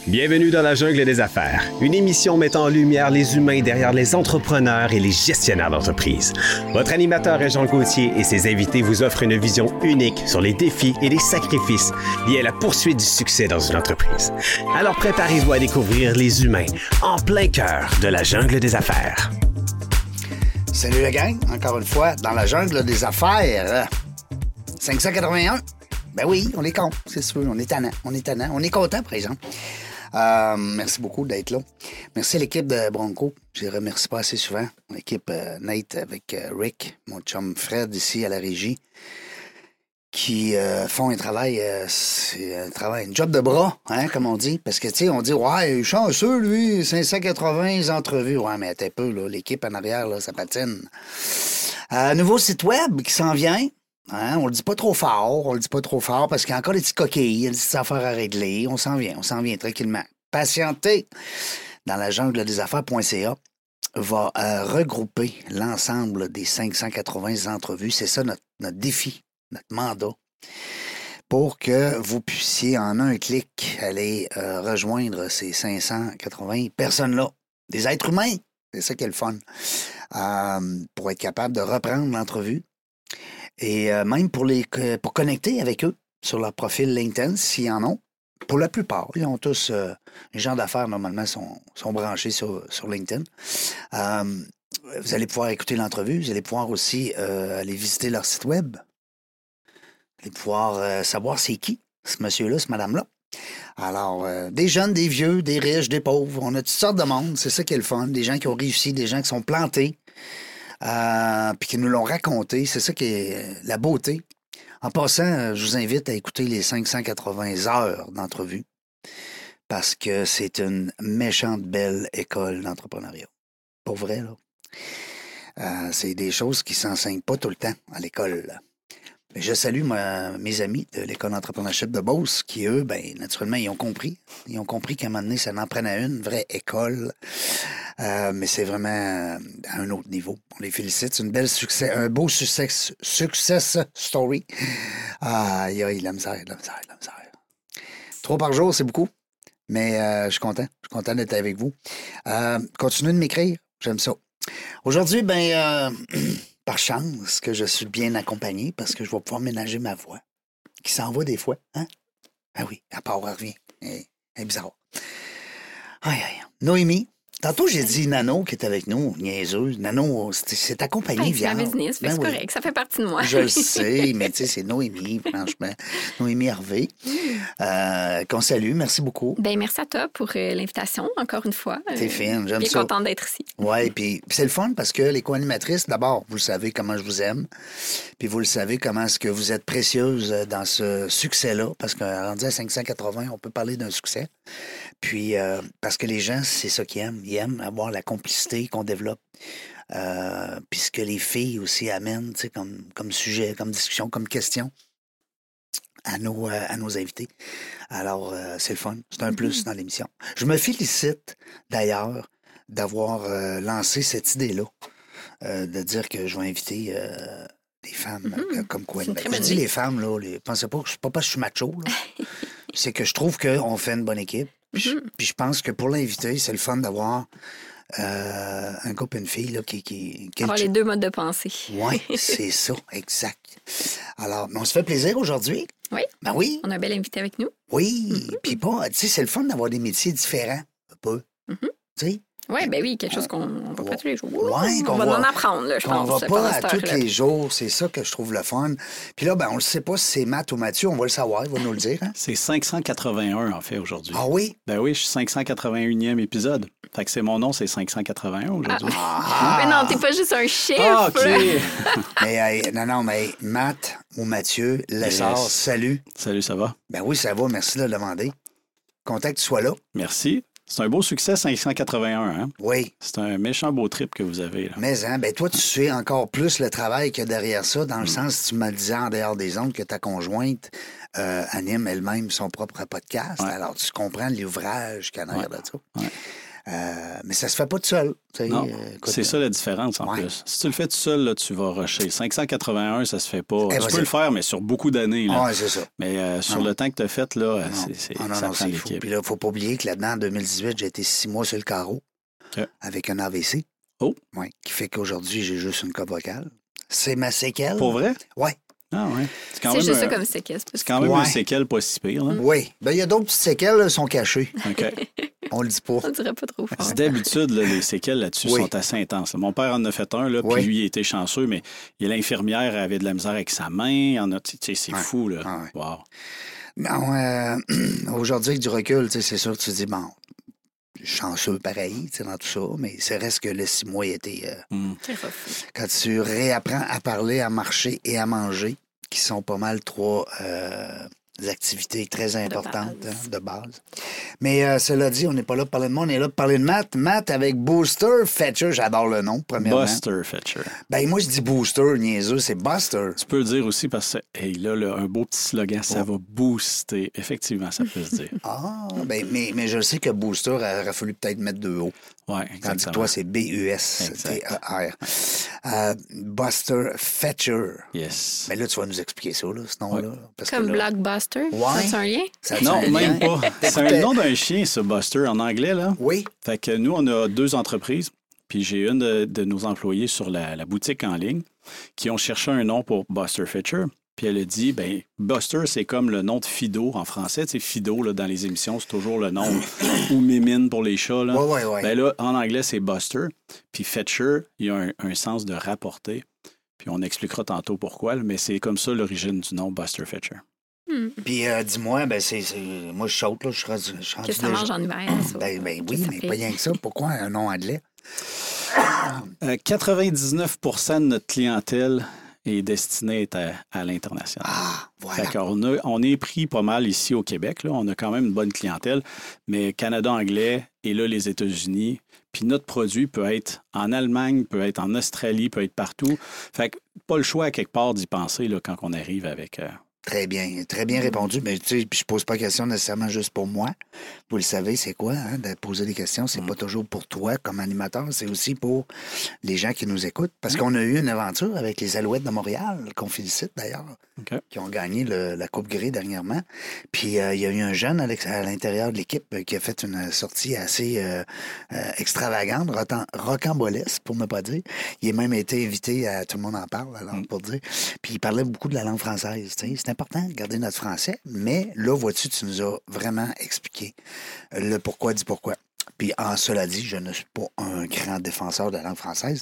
Bienvenue dans la jungle des affaires, une émission mettant en lumière les humains derrière les entrepreneurs et les gestionnaires d'entreprise. Votre animateur est Jean Gauthier et ses invités vous offrent une vision unique sur les défis et les sacrifices liés à la poursuite du succès dans une entreprise. Alors préparez-vous à découvrir les humains en plein cœur de la jungle des affaires. Salut la gang, encore une fois, dans la jungle des affaires. 581. Ben oui, on est con, c'est sûr, on est tannant, on est content, par exemple. Merci beaucoup d'être là. Merci à l'équipe de Bronco. Je les remercie pas assez souvent. L'équipe Nate avec Rick, mon chum Fred ici à la régie, qui font un travail, une job de bras, hein, comme on dit. Parce que, tu sais, on dit, ouais, il est chanceux, lui, 580 entrevues. Ouais, mais attends un peu, là, l'équipe en arrière, là, ça patine. Nouveau site web qui s'en vient. Hein, on le dit pas trop fort parce qu'il y a encore des petites coquilles, il y a des petites affaires à régler. On s'en vient tranquillement. Patientez. Dans la jungle des affaires.ca va regrouper l'ensemble des 580 entrevues. C'est ça notre défi, notre mandat, pour que vous puissiez en un clic aller rejoindre ces 580 personnes-là. Des êtres humains, c'est ça qui est le fun. Pour être capable de reprendre l'entrevue. Et même pour connecter avec eux sur leur profil LinkedIn, s'ils en ont. Pour la plupart, ils ont tous... les gens d'affaires, normalement, sont branchés sur LinkedIn. Vous allez pouvoir écouter l'entrevue. Vous allez pouvoir aussi aller visiter leur site web. Vous allez pouvoir savoir c'est qui, ce monsieur-là, ce madame-là. Alors, des jeunes, des vieux, des riches, des pauvres. On a toutes sortes de monde. C'est ça qui est le fun. Des gens qui ont réussi, des gens qui sont plantés. Puis qui nous l'ont raconté. C'est ça qui est la beauté. En passant, je vous invite à écouter les 580 heures d'entrevue parce que c'est une méchante belle école d'entrepreneuriat. Pour vrai, là. C'est des choses qui ne s'enseignent pas tout le temps à l'école. Je salue mes amis de l'école d'entrepreneurship de Beauce qui, eux, naturellement, ils ont compris. Ils ont compris qu'à un moment donné, ça en prenait une vraie école. Mais c'est vraiment à un autre niveau. On les félicite. C'est un beau success story. La misère. 3 par jour, c'est beaucoup. Mais je suis content. Je suis content d'être avec vous. Continuez de m'écrire. J'aime ça. Aujourd'hui, par chance que je suis bien accompagné parce que je vais pouvoir ménager ma voix. Qui s'en va des fois, hein? Ah oui, à part, elle revient. Elle est bizarre. Aïe. Noémie. Tantôt, j'ai dit Nano qui est avec nous, niaiseuse. Nano, c'est ta compagnie, c'est ma business, c'est correct, ça fait partie de moi. Je le sais, mais tu sais, c'est Noémie, franchement. Noémie Hervé, qu'on salue, merci beaucoup. Merci à toi pour l'invitation, encore une fois. T'es fine, j'aime ça. Bien contente d'être ici. Oui, puis c'est le fun parce que les co-animatrices, d'abord, vous le savez comment je vous aime, puis vous le savez comment est-ce que vous êtes précieuse dans ce succès-là, parce qu'en rendu à 580, on peut parler d'un succès. Puis, parce que les gens, c'est ça qu'ils aiment. Ils aiment avoir la complicité qu'on développe. Puis ce que les filles aussi amènent, tu sais, comme sujet, comme discussion, comme question à nos invités. Alors, c'est le fun. C'est un plus dans l'émission. Je me félicite, d'ailleurs, d'avoir lancé cette idée-là, de dire que je vais inviter des femmes comme quoi. Je dis les femmes, là, pensez pas que pas parce que je suis macho, là. C'est que je trouve qu'on fait une bonne équipe. Puis je pense que pour l'inviter, c'est le fun d'avoir un couple et une fille là, qui avoir les deux modes de pensée. Oui, c'est ça, exact. Alors, on se fait plaisir aujourd'hui. Oui. Ben oui. On a un bel invité avec nous. Oui. Puis tu sais, c'est le fun d'avoir des métiers différents. Un peu. Tu sais? Oui, quelque chose qu'on ne voit pas tous les jours. Oui, on va en apprendre, là, je pense. On va pas à tous les jours. C'est ça que je trouve le fun. Puis là, on ne sait pas si c'est Matt ou Mathieu. On va le savoir. Il va nous le dire. Hein? C'est 581, en fait, aujourd'hui. Ah oui? Ben oui, je suis 581e épisode. Fait que c'est mon nom, c'est 581 aujourd'hui. Mais non, t'es pas juste un chiffre. Ah, OK. Mais Matt ou Mathieu, Lessard, salut. Salut, ça va? Ben oui, ça va. Merci de le demander. Content que tu sois là. Merci. C'est un beau succès, 581, hein? Oui. C'est un méchant beau trip que vous avez, là. Mais, toi, tu sais encore plus le travail qu'il y a derrière ça, dans le sens, tu me le disais en dehors des ondes, que ta conjointe anime elle-même son propre podcast. Ouais. Alors, tu comprends l'ouvrage qu'il y a derrière de ça. Ouais. Mais ça se fait pas tout seul. Non, écoute, c'est ça la différence en ouais. plus. Si tu le fais tout seul, là, tu vas rusher. 581, ça se fait pas. Eh Tu ben, peux le faire, mais sur beaucoup d'années. Là. Ouais, c'est ça. Mais sur Non. le temps que tu as fait, là, Non. ça prend c'est fou. l'équipe. Puis là, il ne faut pas oublier que là-dedans, en 2018, j'ai été 6 mois sur le carreau OK. avec un AVC. Oh. Oui, qui fait qu'aujourd'hui, j'ai juste une corde vocale. C'est ma séquelle. Pour vrai? Oui. Ah ouais. C'est quand C'est même, juste ça comme séquelle. c'est quand même Ouais. un séquelle pas si pire. Là. Oui. Ben, il y a d'autres petites séquelles, là, sont cachées. OK. On le dit pas. On dirait pas trop fort. Parce que d'habitude, là, les séquelles là-dessus Oui. sont assez intenses. Mon père en a fait un, là, Oui. puis lui, il était chanceux, mais l'infirmière avait de la misère avec sa main. Tu sais, c'est Ouais. fou, là. Ouais. Wow. Non, aujourd'hui, avec du recul, tu sais, c'est sûr que tu te dis, bon, chanceux pareil, tu sais, dans tout ça, mais c'est reste que le 6 mois était... C'est rough. quand tu réapprends à parler, à marcher et à manger, qui sont pas mal 3 activités très importantes base. de base. Mais cela dit, on n'est pas là pour parler de moi, on est là pour parler de Matt. Matt avec Booster Fetcher, j'adore le nom, premièrement. Buster Fetcher. Ben moi, je dis Booster, niaiseux, c'est Buster. Tu peux le dire aussi parce que, hey, là, un beau petit slogan, ça va booster. Effectivement, ça peut se dire. Ah, ben, mais je sais que Booster, il aurait fallu peut-être mettre 2 O. Oui, Tandis que exactement. toi, c'est B-U-S-T-E-R. Buster Fetcher. Yes. Mais là, tu vas nous expliquer ça, là, ce nom-là. parce que Comme là, Blockbuster. Ouais. Ça a un lien? ça a Non, un lien. même pas. C'est un nom d'un chien, ça, Buster, en anglais, là. Oui. Fait que nous, on a 2 entreprises, puis j'ai une de nos employés sur la boutique en ligne qui ont cherché un nom pour Buster Fetcher. Puis elle a dit, ben Buster, c'est comme le nom de Fido en français. Tu sais, Fido, là, dans les émissions, c'est toujours le nom. Ou Mimine pour les chats. Là. Ouais. Ben là, en anglais, c'est Buster. Puis Fetcher, il y a un sens de rapporter. Puis on expliquera tantôt pourquoi, là, mais c'est comme ça l'origine du nom Buster Fetcher. Puis dis-moi, ben moi, je saute, là, je suis rendu Que ça déjà- mange en hiver. Ça. Ben oui, Ça mais fait- pas rien que ça. Pourquoi un nom anglais? 99 de notre clientèle est destinée à l'international. Ah, voilà. Fait on est pris pas mal ici au Québec. Là. On a quand même une bonne clientèle, mais Canada anglais et là, les États-Unis. Puis notre produit peut être en Allemagne, peut être en Australie, peut être partout. Fait que pas le choix à quelque part d'y penser là, quand on arrive avec... Très bien répondu. Mais tu sais, puis je pose pas de questions nécessairement juste pour moi. Vous le savez, c'est quoi, hein, de poser des questions. C'est pas toujours pour toi comme animateur, c'est aussi pour les gens qui nous écoutent. Parce qu'on a eu une aventure avec les Alouettes de Montréal, qu'on félicite d'ailleurs, OK. qui ont gagné la Coupe Grey dernièrement. Puis il y a eu un jeune à l'intérieur de l'équipe qui a fait une sortie assez extravagante, rocambolesque, pour ne pas dire. Il a même été invité à Tout le monde en parle, alors, pour dire. Puis il parlait beaucoup de la langue française. Tu sais. C'est important de garder notre français, mais là, vois-tu, tu nous as vraiment expliqué le pourquoi du pourquoi. Puis en cela dit, je ne suis pas un grand défenseur de la langue française.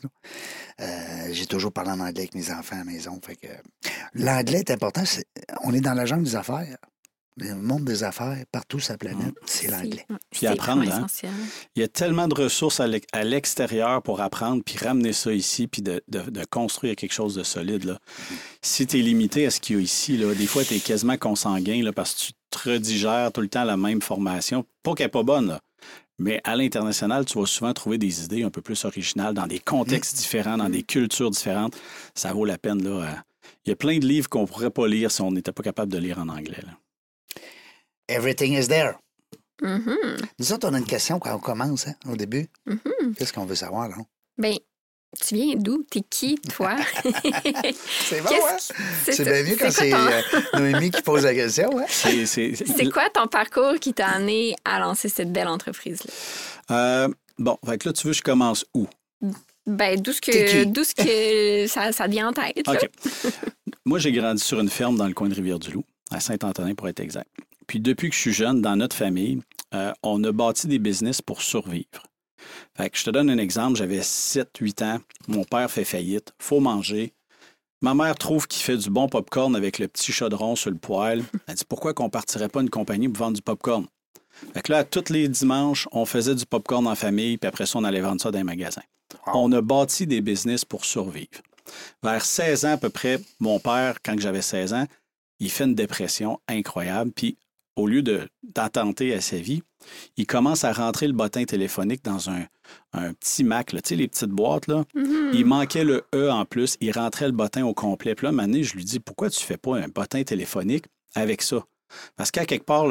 J'ai toujours parlé en anglais avec mes enfants à la maison. Fait que l'anglais est important. On est dans la jungle des affaires. Le monde des affaires, partout sur la planète, c'est l'anglais. Puis apprendre, vraiment hein. essentiel. Il y a tellement de ressources à l'extérieur pour apprendre, puis ramener ça ici, puis de construire quelque chose de solide. Là. Si tu es limité à ce qu'il y a ici, là, des fois, tu es quasiment consanguin là, parce que tu te redigères tout le temps la même formation. Pas qu'elle n'est pas bonne, là. Mais à l'international, tu vas souvent trouver des idées un peu plus originales dans des contextes différents, dans des cultures différentes. Ça vaut la peine. Là. Il y a plein de livres qu'on ne pourrait pas lire si on n'était pas capable de lire en anglais. Là. Everything is there. Mhm. Nous autres, on a une question quand on commence, hein, au début. Mhm. Qu'est-ce qu'on veut savoir, là? Ben, tu viens d'où? T'es qui, toi? C'est bon, Qu'est-ce- hein? C'est bien mieux quand quoi c'est ton- Noémie qui pose la question, hein? C'est quoi ton parcours qui t'a amené à lancer cette belle entreprise-là? Bon, fait que là, tu veux que je commence où? Ben, T'es qui? d'où ce que ça vient en tête. Là. OK. Moi, j'ai grandi sur une ferme dans le coin de Rivière-du-Loup, à Saint-Antonin pour être exact. Puis depuis que je suis jeune, dans notre famille, on a bâti des business pour survivre. Fait que je te donne un exemple, j'avais 7-8 ans, mon père fait faillite, faut manger. Ma mère trouve qu'il fait du bon popcorn avec le petit chaudron sur le poêle. Elle dit pourquoi qu'on partirait pas une compagnie pour vendre du popcorn? Fait que là, tous les dimanches, on faisait du popcorn en famille, puis après ça, on allait vendre ça dans les magasins. On a bâti des business pour survivre. Vers 16 ans à peu près, mon père, quand j'avais 16 ans, il fait une dépression incroyable, puis au lieu d'attenter à sa vie, il commence à rentrer le bottin téléphonique dans un petit Mac, là, tu sais, les petites boîtes, là. Il manquait le E en plus, il rentrait le bottin au complet. Puis là, un moment donné, je lui dis, pourquoi tu fais pas un bottin téléphonique avec ça? Parce qu'à quelque part, là,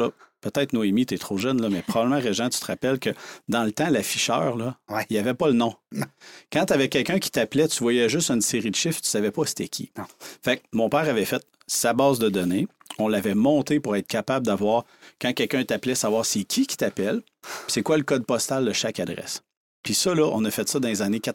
peut-être Noémie, tu es trop jeune, là, mais probablement, Régent, tu te rappelles que dans le temps, l'afficheur, là, il n'y avait pas le nom. Non. Quand tu avais quelqu'un qui t'appelait, tu voyais juste une série de chiffres, tu ne savais pas c'était qui. Non. Fait que mon père avait fait sa base de données. On l'avait montée pour être capable d'avoir, quand quelqu'un t'appelait, savoir c'est qui t'appelle, puis c'est quoi le code postal de chaque adresse. Puis ça, là, on a fait ça dans les années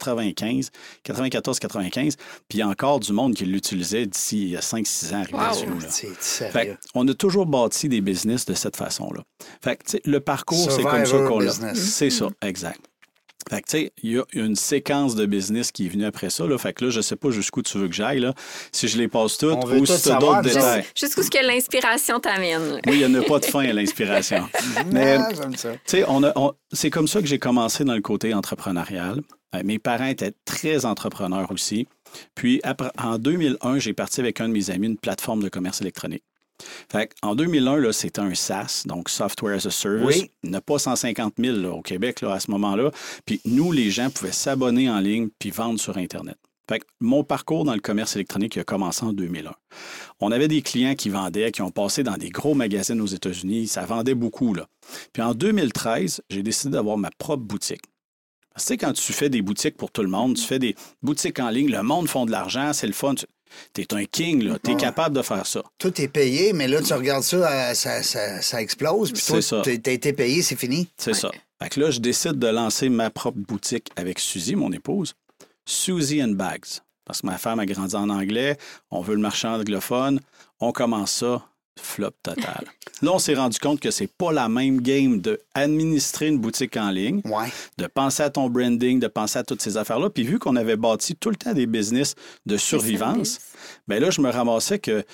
94-95, puis il y a encore du monde qui l'utilisait d'ici 5-6 ans à Rivière-du-Loup. C'est sérieux. Fait on a toujours bâti des business de cette façon-là. Fait que, le parcours, c'est comme ça qu'on l'a. C'est ça, exact. Fait que, tu sais, il y a une séquence de business qui est venue après ça. Là. Fait que là, je sais pas jusqu'où tu veux que j'aille, là. Si je les passe toutes ou si tu as d'autres détails. Jusqu'où ce que l'inspiration t'amène. Oui, il n'y en a pas de fin à l'inspiration. Mais, tu sais, c'est comme ça que j'ai commencé dans le côté entrepreneurial. Mes parents étaient très entrepreneurs aussi. Puis, en 2001, j'ai parti avec un de mes amis une plateforme de commerce électronique. Fait en 2001, là, c'était un SaaS, donc Software as a Service. Oui. Il n'y en a pas 150 000 là, au Québec là, à ce moment-là. Puis nous, les gens pouvaient s'abonner en ligne puis vendre sur Internet. Fait que mon parcours dans le commerce électronique a commencé en 2001. On avait des clients qui vendaient, qui ont passé dans des gros magazines aux États-Unis. Ça vendait beaucoup, là. Puis en 2013, j'ai décidé d'avoir ma propre boutique. Parce que tu sais, quand tu fais des boutiques pour tout le monde, tu fais des boutiques en ligne, le monde font de l'argent, c'est le fun. T'es un king, là. T'es capable de faire ça. Tout est payé, mais là, tu regardes ça, ça explose. Puis toi, t'as été payé, c'est fini. C'est ça. Fait que là, je décide de lancer ma propre boutique avec Suzy, mon épouse. Suzy and Bags. Parce que ma femme a grandi en anglais. On veut le marché anglophone. On commence ça. Flop total. Là, on s'est rendu compte que c'est pas la même game d'administrer une boutique en ligne, de penser à ton branding, de penser à toutes ces affaires-là. Puis vu qu'on avait bâti tout le temps des business de survivance, bien là, je me ramassais que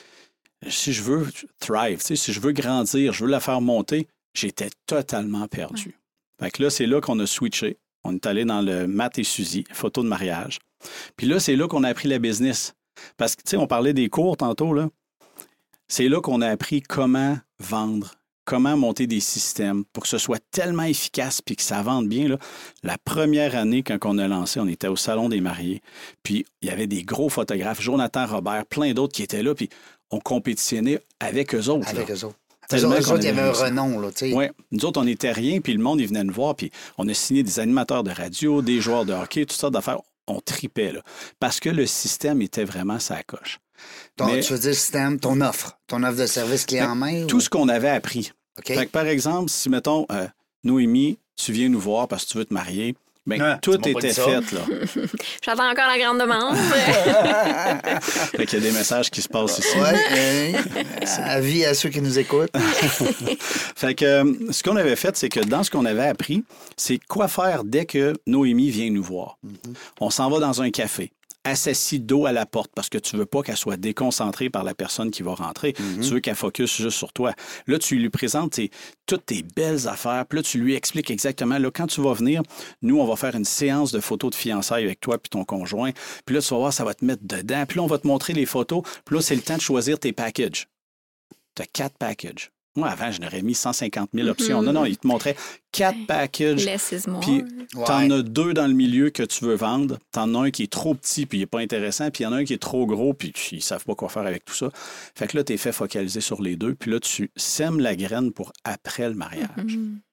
si je veux thrive, si je veux grandir, je veux la faire monter, j'étais totalement perdu. Fait que là, c'est là qu'on a switché. On est allé dans le Matt et Suzy, photo de mariage. Puis là, c'est là qu'on a appris la business. Parce que, tu sais, on parlait des cours tantôt, là. C'est là qu'on a appris comment vendre, comment monter des systèmes pour que ce soit tellement efficace puis que ça vende bien. Là. La première année, quand on a lancé, on était au Salon des mariés. Puis il y avait des gros photographes, Jonathan Robert, plein d'autres qui étaient là. Puis on compétitionnait avec eux autres. Avec eux autres. Eux autres, il y avait un renom. Oui, nous autres, on n'était rien. Puis le monde, il venait nous voir. Puis on a signé des animateurs de radio, des joueurs de hockey, toutes sortes d'affaires. On tripait, là. Parce que le système était vraiment sa coche. Tu veux dire le système, ton offre de service clé en main? Tout ce qu'on avait appris. Okay. Fait que, par exemple, si, mettons, Noémie, tu viens nous voir parce que tu veux te marier, bien, tout était fait, là. J'attends encore la grande demande. Fait qu'il y a des messages qui se passent ici. Oui, avis à ceux qui nous écoutent. Fait que ce qu'on avait fait, c'est que dans ce qu'on avait appris, c'est quoi faire dès que Noémie vient nous voir. On s'en va dans un café. Assis dos à la porte parce que tu veux pas qu'elle soit déconcentrée par la personne qui va rentrer. Tu veux qu'elle focus juste sur toi. Là, tu lui présentes toutes tes belles affaires. Puis là, tu lui expliques exactement, là, quand tu vas venir, nous, on va faire une séance de photos de fiançailles avec toi puis ton conjoint. Puis là, tu vas voir, ça va te mettre dedans. Puis là, on va te montrer les photos. Puis là, c'est le temps de choisir tes packages. Tu as 4 packages. Moi, avant, je n'aurais mis 150 000 options. Non, il te montrait 4 packages. Puis tu en as 2 dans le milieu que tu veux vendre. Tu en as un qui est trop petit puis il n'est pas intéressant. Puis il y en a un qui est trop gros puis ils ne savent pas quoi faire avec tout ça. Fait que là, tu es fait focaliser sur les 2. Puis là, tu sèmes la graine pour après le mariage.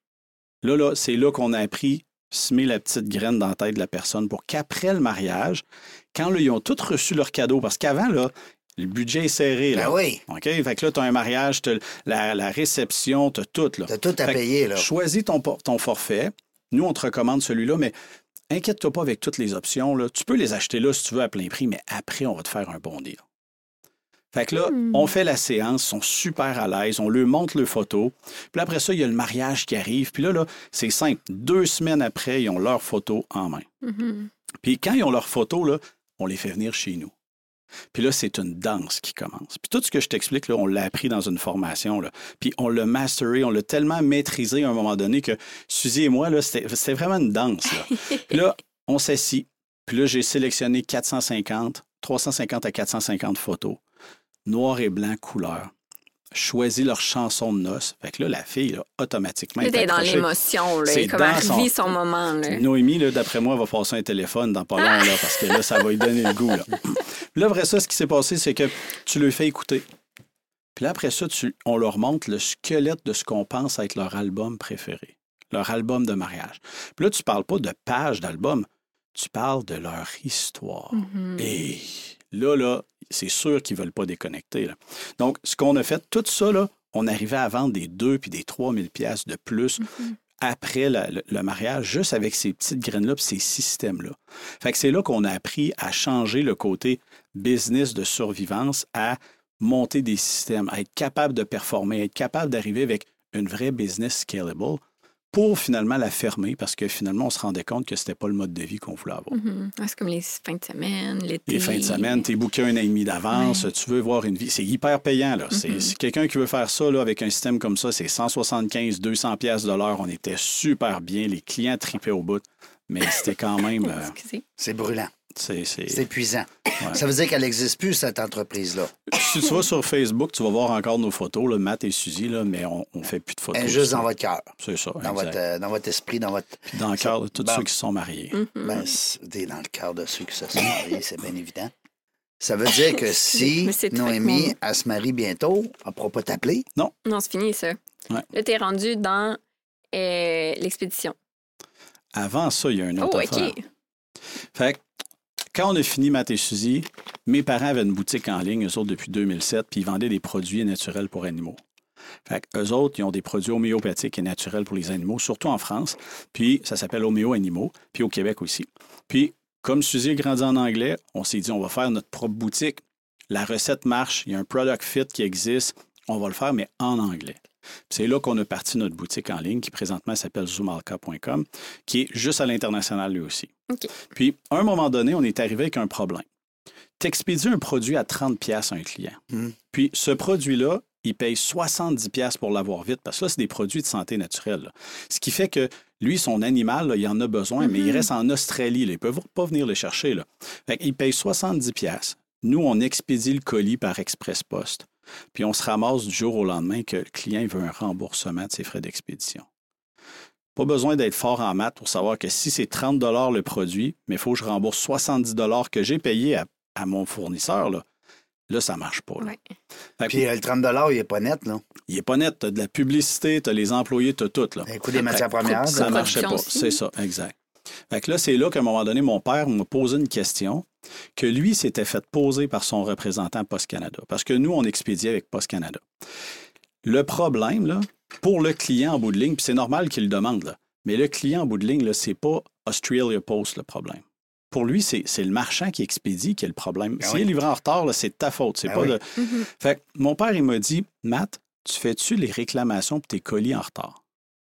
Là, c'est là qu'on a appris semer la petite graine dans la tête de la personne pour qu'après le mariage, quand là, ils ont tous reçu leur cadeau, parce qu'avant, là, le budget est serré. Là. Ben oui. OK? Fait que là, tu as un mariage, tu as la réception, tu as tout. Tu as tout à payer. Là. Choisis ton forfait. Nous, on te recommande celui-là, mais inquiète-toi pas avec toutes les options. Là. Tu peux les acheter là si tu veux à plein prix, mais après, on va te faire un bon deal. Fait que là, on fait la séance, ils sont super à l'aise, on leur montre leurs photos. Puis après ça, il y a le mariage qui arrive. Puis là, c'est simple. 2 semaines après, ils ont leurs photos en main. Puis quand ils ont leurs photos, là, on les fait venir chez nous. Puis là, c'est une danse qui commence. Puis tout ce que je t'explique, là, on l'a appris dans une formation. Là. Puis on l'a masteré, on l'a tellement maîtrisé à un moment donné que Suzy et moi, là, c'était vraiment une danse. Là. Puis là, on s'assit. Puis là, j'ai sélectionné 350 à 450 photos. Noir et blanc, couleur. Choisi leur chanson de noces. Fait que là, la fille, là, automatiquement, elle est dans l'émotion. Là. Comme elle vit son moment. Là. Noémie, là, d'après moi, va passer un téléphone dans pas long, là, parce que là, ça va lui donner le goût. Là, après ça, ce qui s'est passé, c'est que tu lui fais écouter. Puis là, après ça, on leur montre le squelette de ce qu'on pense être leur album préféré, leur album de mariage. Puis là, tu ne parles pas de pages d'album, tu parles de leur histoire. Et là, c'est sûr qu'ils ne veulent pas déconnecter. Là. Donc, ce qu'on a fait, tout ça, là, on arrivait à vendre des 2 puis des 3 000 piastres de plus après le mariage, juste avec ces petites graines-là puis ces systèmes-là. Fait que c'est là qu'on a appris à changer le côté business de survivance à monter des systèmes, à être capable de performer, à être capable d'arriver avec une vraie business scalable pour finalement la fermer parce que finalement, on se rendait compte que c'était pas le mode de vie qu'on voulait avoir. C'est comme les fins de semaine, l'été. Les fins de semaine, tu es booké 1 an et demi d'avance, tu veux voir une vie. C'est hyper payant. Là. C'est quelqu'un qui veut faire ça là, avec un système comme ça, c'est 175, 200 piastres de l'heure. On était super bien. Les clients tripaient au bout. Mais c'était quand même... C'est brûlant. C'est épuisant. Ouais. Ça veut dire qu'elle n'existe plus, cette entreprise-là. Si tu vas sur Facebook, tu vas voir encore nos photos, là, Matt et Suzy, là, mais on ne fait plus de photos. Elle est juste dans votre cœur. C'est ça, dans votre esprit, dans votre... Puis dans le cœur de tous ceux qui se sont mariés. T'es dans le cœur de ceux qui se sont mariés, c'est bien évident. Ça veut dire que si Noémie, elle se marie bientôt, elle ne pourra pas t'appeler? Non, c'est fini, ça. Ouais. Là, t'es rendu dans l'expédition. Avant ça, il y a un autre affaire. OK. Fait que, quand on a fini Matt et Suzy, mes parents avaient une boutique en ligne, eux autres, depuis 2007, puis ils vendaient des produits naturels pour animaux. Fait qu'eux autres, ils ont des produits homéopathiques et naturels pour les animaux, surtout en France. Puis ça s'appelle Homéo Animaux, puis au Québec aussi. Puis, comme Suzy a grandi en anglais, on s'est dit, on va faire notre propre boutique. La recette marche, il y a un product fit qui existe, on va le faire, mais en anglais. Puis c'est là qu'on a parti notre boutique en ligne, qui présentement s'appelle zoomalka.com, qui est juste à l'international lui aussi. Okay. Puis, à un moment donné, on est arrivé avec un problème. Tu expédies un produit à 30$ à un client. Puis, ce produit-là, il paye 70$ pour l'avoir vite, parce que là, c'est des produits de santé naturelle. Là. Ce qui fait que lui, son animal, là, il en a besoin, mais il reste en Australie. Là. Il ne peut pas venir le chercher. Là. Fait qu'il paye 70$. Nous, on expédie le colis par Express Post. Puis on se ramasse du jour au lendemain que le client veut un remboursement de ses frais d'expédition. Pas besoin d'être fort en maths pour savoir que si c'est 30$ le produit, mais il faut que je rembourse 70$ que j'ai payé à mon fournisseur, là, ça ne marche pas. Là. Ouais. Puis le 30$, il n'est pas net, là. Il n'est pas net. Tu as de la publicité, tu as les employés, tu as tout. Là. Le coût des matières premières. Ça ne marchait pas. C'est ça, exact. Fait que là, c'est là qu'à un moment donné, mon père m'a posé une question que lui s'était fait poser par son représentant Post Canada. Parce que nous, on expédiait avec Post Canada. Le problème, là, pour le client en bout de ligne, puis c'est normal qu'il le demande, là, mais le client en bout de ligne, là, c'est pas Australia Post le problème. Pour lui, c'est le marchand qui expédie qui est le problème. S'il est livré en retard, là, c'est de ta faute. C'est pas de... Fait que mon père, il m'a dit, Matt, tu fais-tu les réclamations pour tes colis en retard?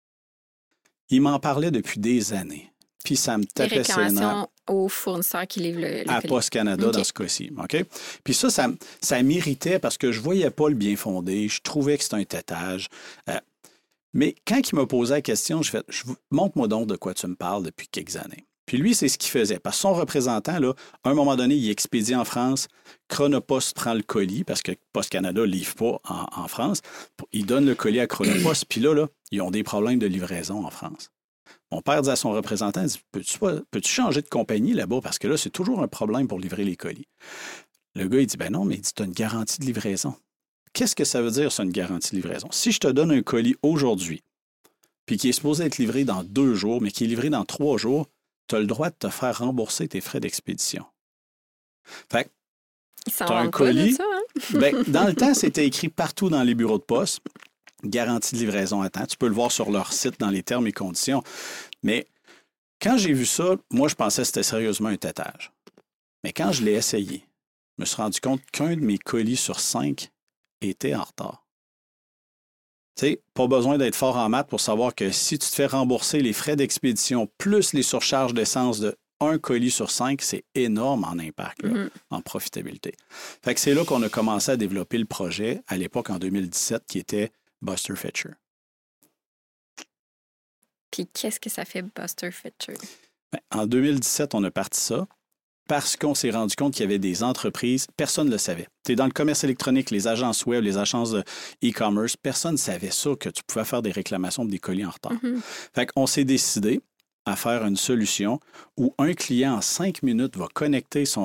Il m'en parlait depuis des années. Puis ça me tapait ses nerfs. Aux fournisseurs qui livrent le à colis. Post Canada, dans ce cas-ci. OK? Puis ça m'irritait parce que je ne voyais pas le bien fondé. Je trouvais que c'était un tétage. Mais quand il m'a posé la question, je fais montre-moi donc de quoi tu me parles depuis quelques années. Puis lui, c'est ce qu'il faisait. Parce que son représentant, là, à un moment donné, il expédie en France. Chronopost prend le colis parce que Post Canada ne livre pas en France. Il donne le colis à Chronopost. Puis là, ils ont des problèmes de livraison en France. Mon père dit à son représentant, peux-tu changer de compagnie là-bas? Parce que là, c'est toujours un problème pour livrer les colis. Le gars, il dit, ben non, mais il dit, tu as une garantie de livraison. Qu'est-ce que ça veut dire, ça, une garantie de livraison? Si je te donne un colis aujourd'hui, puis qui est supposé être livré dans 2 jours, mais qui est livré dans 3 jours, tu as le droit de te faire rembourser tes frais d'expédition. Fait que tu as un colis. Ça, hein? Ben, dans le temps, c'était écrit partout dans les bureaux de poste. Garantie de livraison à temps. Tu peux le voir sur leur site dans les termes et conditions. Mais quand j'ai vu ça, moi, je pensais que c'était sérieusement un tétage. Mais quand je l'ai essayé, je me suis rendu compte qu'un de mes colis sur 5 était en retard. Tu sais, pas besoin d'être fort en maths pour savoir que si tu te fais rembourser les frais d'expédition plus les surcharges d'essence de 1 colis sur 5, c'est énorme en impact, là, en profitabilité. Fait que c'est là qu'on a commencé à développer le projet, à l'époque, en 2017, qui était Buster Fetcher. Puis qu'est-ce que ça fait, Buster Fetcher? Bien, en 2017, on a parti ça parce qu'on s'est rendu compte qu'il y avait des entreprises, personne ne le savait. Tu es dans le commerce électronique, les agences web, les agences de e-commerce, personne ne savait ça, que tu pouvais faire des réclamations pour des colis en retard. Fait qu'on s'est décidé à faire une solution où un client en 5 minutes va connecter son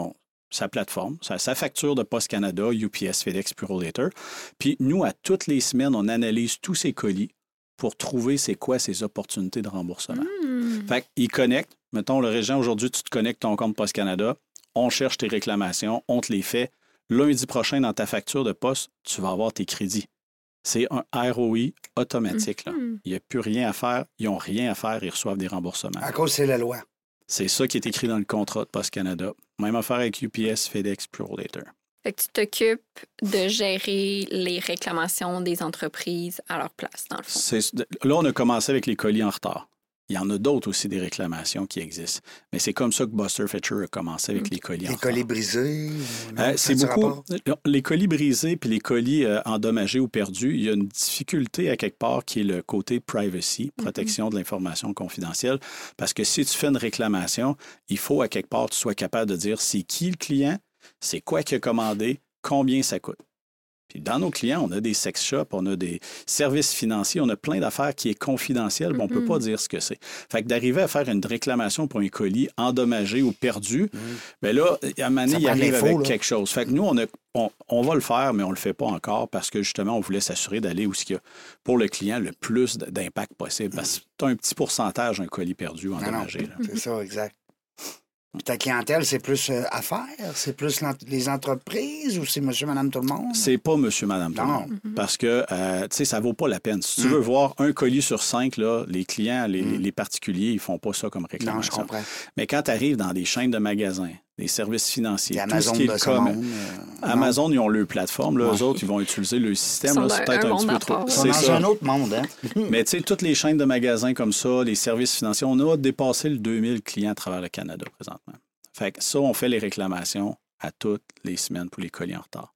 sa plateforme, sa facture de Post Canada, UPS, FedEx, Purolator. Puis nous, à toutes les semaines, on analyse tous ces colis pour trouver c'est quoi ces opportunités de remboursement. Fait qu'ils connectent. Mettons, le régent, aujourd'hui, tu te connectes ton compte Post Canada, on cherche tes réclamations, on te les fait. Lundi prochain, dans ta facture de poste, tu vas avoir tes crédits. C'est un ROI automatique. Là. Il n'y a plus rien à faire. Ils n'ont rien à faire. Ils reçoivent des remboursements. À cause, c'est la loi. C'est ça qui est écrit dans le contrat de Post Canada. Même affaire avec UPS, FedEx, Purolator. Fait que tu t'occupes de gérer les réclamations des entreprises à leur place, dans le fond. Là, on a commencé avec les colis en retard. Il y en a d'autres aussi, des réclamations qui existent. Mais c'est comme ça que Buster Fetcher a commencé avec les colis en retard. Les colis brisés? C'est beaucoup. Les colis brisés puis les colis endommagés ou perdus, il y a une difficulté à quelque part qui est le côté privacy, protection de l'information confidentielle. Parce que si tu fais une réclamation, il faut à quelque part que tu sois capable de dire c'est qui le client, c'est quoi qu'il a commandé, combien ça coûte. Puis dans nos clients, on a des sex shops, on a des services financiers, on a plein d'affaires qui est confidentiel, mais on ne peut pas dire ce que c'est. Fait que d'arriver à faire une réclamation pour un colis endommagé ou perdu, bien là, à un moment donné, il arrive avec quelque chose. Fait que nous, on va le faire, mais on ne le fait pas encore parce que justement, on voulait s'assurer d'aller où il y a pour le client le plus d'impact possible. Parce que tu as un petit pourcentage, un colis perdu ou endommagé. Non, c'est ça, exact. Puis ta clientèle, c'est plus affaires? C'est plus les entreprises ou c'est monsieur, madame, tout le monde? C'est pas monsieur, madame, tout le monde. Parce que, tu sais, ça vaut pas la peine. Si tu veux voir un colis sur 5, là, les clients, les particuliers, ils font pas ça comme réclamation. Non, je comprends. Mais quand tu arrives dans des chaînes de magasins, des services financiers, Amazon, tout ce qui est comme Amazon, ils ont leur plateforme. Là, eux autres, ils vont utiliser le système. Là, c'est peut-être un petit peu trop. C'est dans un autre monde, hein? Mais tu sais, toutes les chaînes de magasins comme ça, les services financiers, on a dépassé le 2000 clients à travers le Canada présentement. Fait que ça, on fait les réclamations à toutes les semaines pour les colis en retard.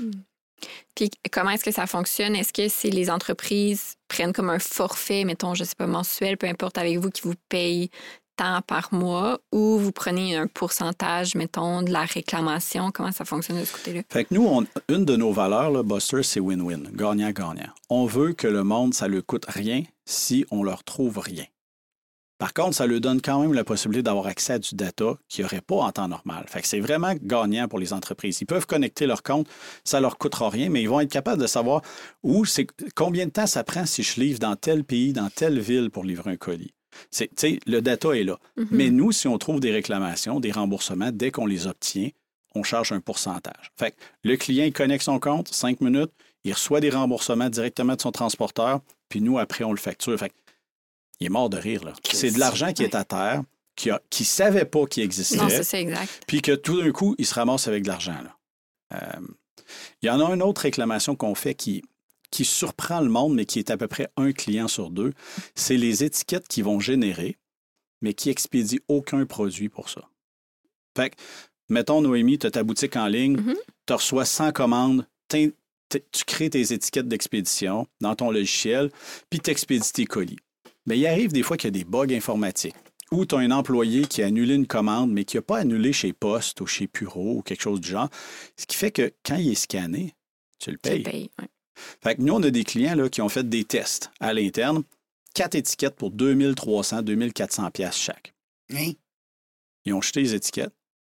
Puis comment est-ce que ça fonctionne? Est-ce que c'est les entreprises prennent comme un forfait, mettons, je sais pas, mensuel, peu importe, avec vous, qui vous payent tant par mois, ou vous prenez un pourcentage, mettons, de la réclamation? Comment ça fonctionne de ce côté-là? Fait que nous, une de nos valeurs, là, Buster, c'est win-win, gagnant-gagnant. On veut que le monde, ça ne leur coûte rien si on leur trouve rien. Par contre, ça leur donne quand même la possibilité d'avoir accès à du data qu'il n'y aurait pas en temps normal. Fait que c'est vraiment gagnant pour les entreprises. Ils peuvent connecter leur compte, ça ne leur coûtera rien, mais ils vont être capables de savoir combien de temps ça prend si je livre dans tel pays, dans telle ville pour livrer un colis. Le data est là. Mais nous, si on trouve des réclamations, des remboursements, dès qu'on les obtient, on charge un pourcentage. Fait que le client, il connecte son compte, 5 minutes, il reçoit des remboursements directement de son transporteur, puis nous, après, on le facture. Fait que il est mort de rire, là. C'est de l'argent qui est à terre, qui ne savait pas qu'il existait. Non, c'est ça, exact. Puis que tout d'un coup, il se ramasse avec de l'argent, là. Il y en a une autre réclamation qu'on fait qui surprend le monde, mais qui est à peu près un client sur 2. C'est les étiquettes qu'ils vont générer, mais qui expédient aucun produit pour ça. Fait que, mettons, Noémie, tu as ta boutique en ligne, tu reçois 100 commandes, tu crées tes étiquettes d'expédition dans ton logiciel, puis tu expédies tes colis. Mais il arrive des fois qu'il y a des bugs informatiques ou tu as un employé qui a annulé une commande, mais qui n'a pas annulé chez Poste ou chez Puro ou quelque chose du genre. Ce qui fait que quand il est scanné, tu le payes. Fait que nous, on a des clients là, qui ont fait des tests à l'interne, 4 étiquettes pour 2300, 2400 $ chaque. Oui. Ils ont jeté les étiquettes.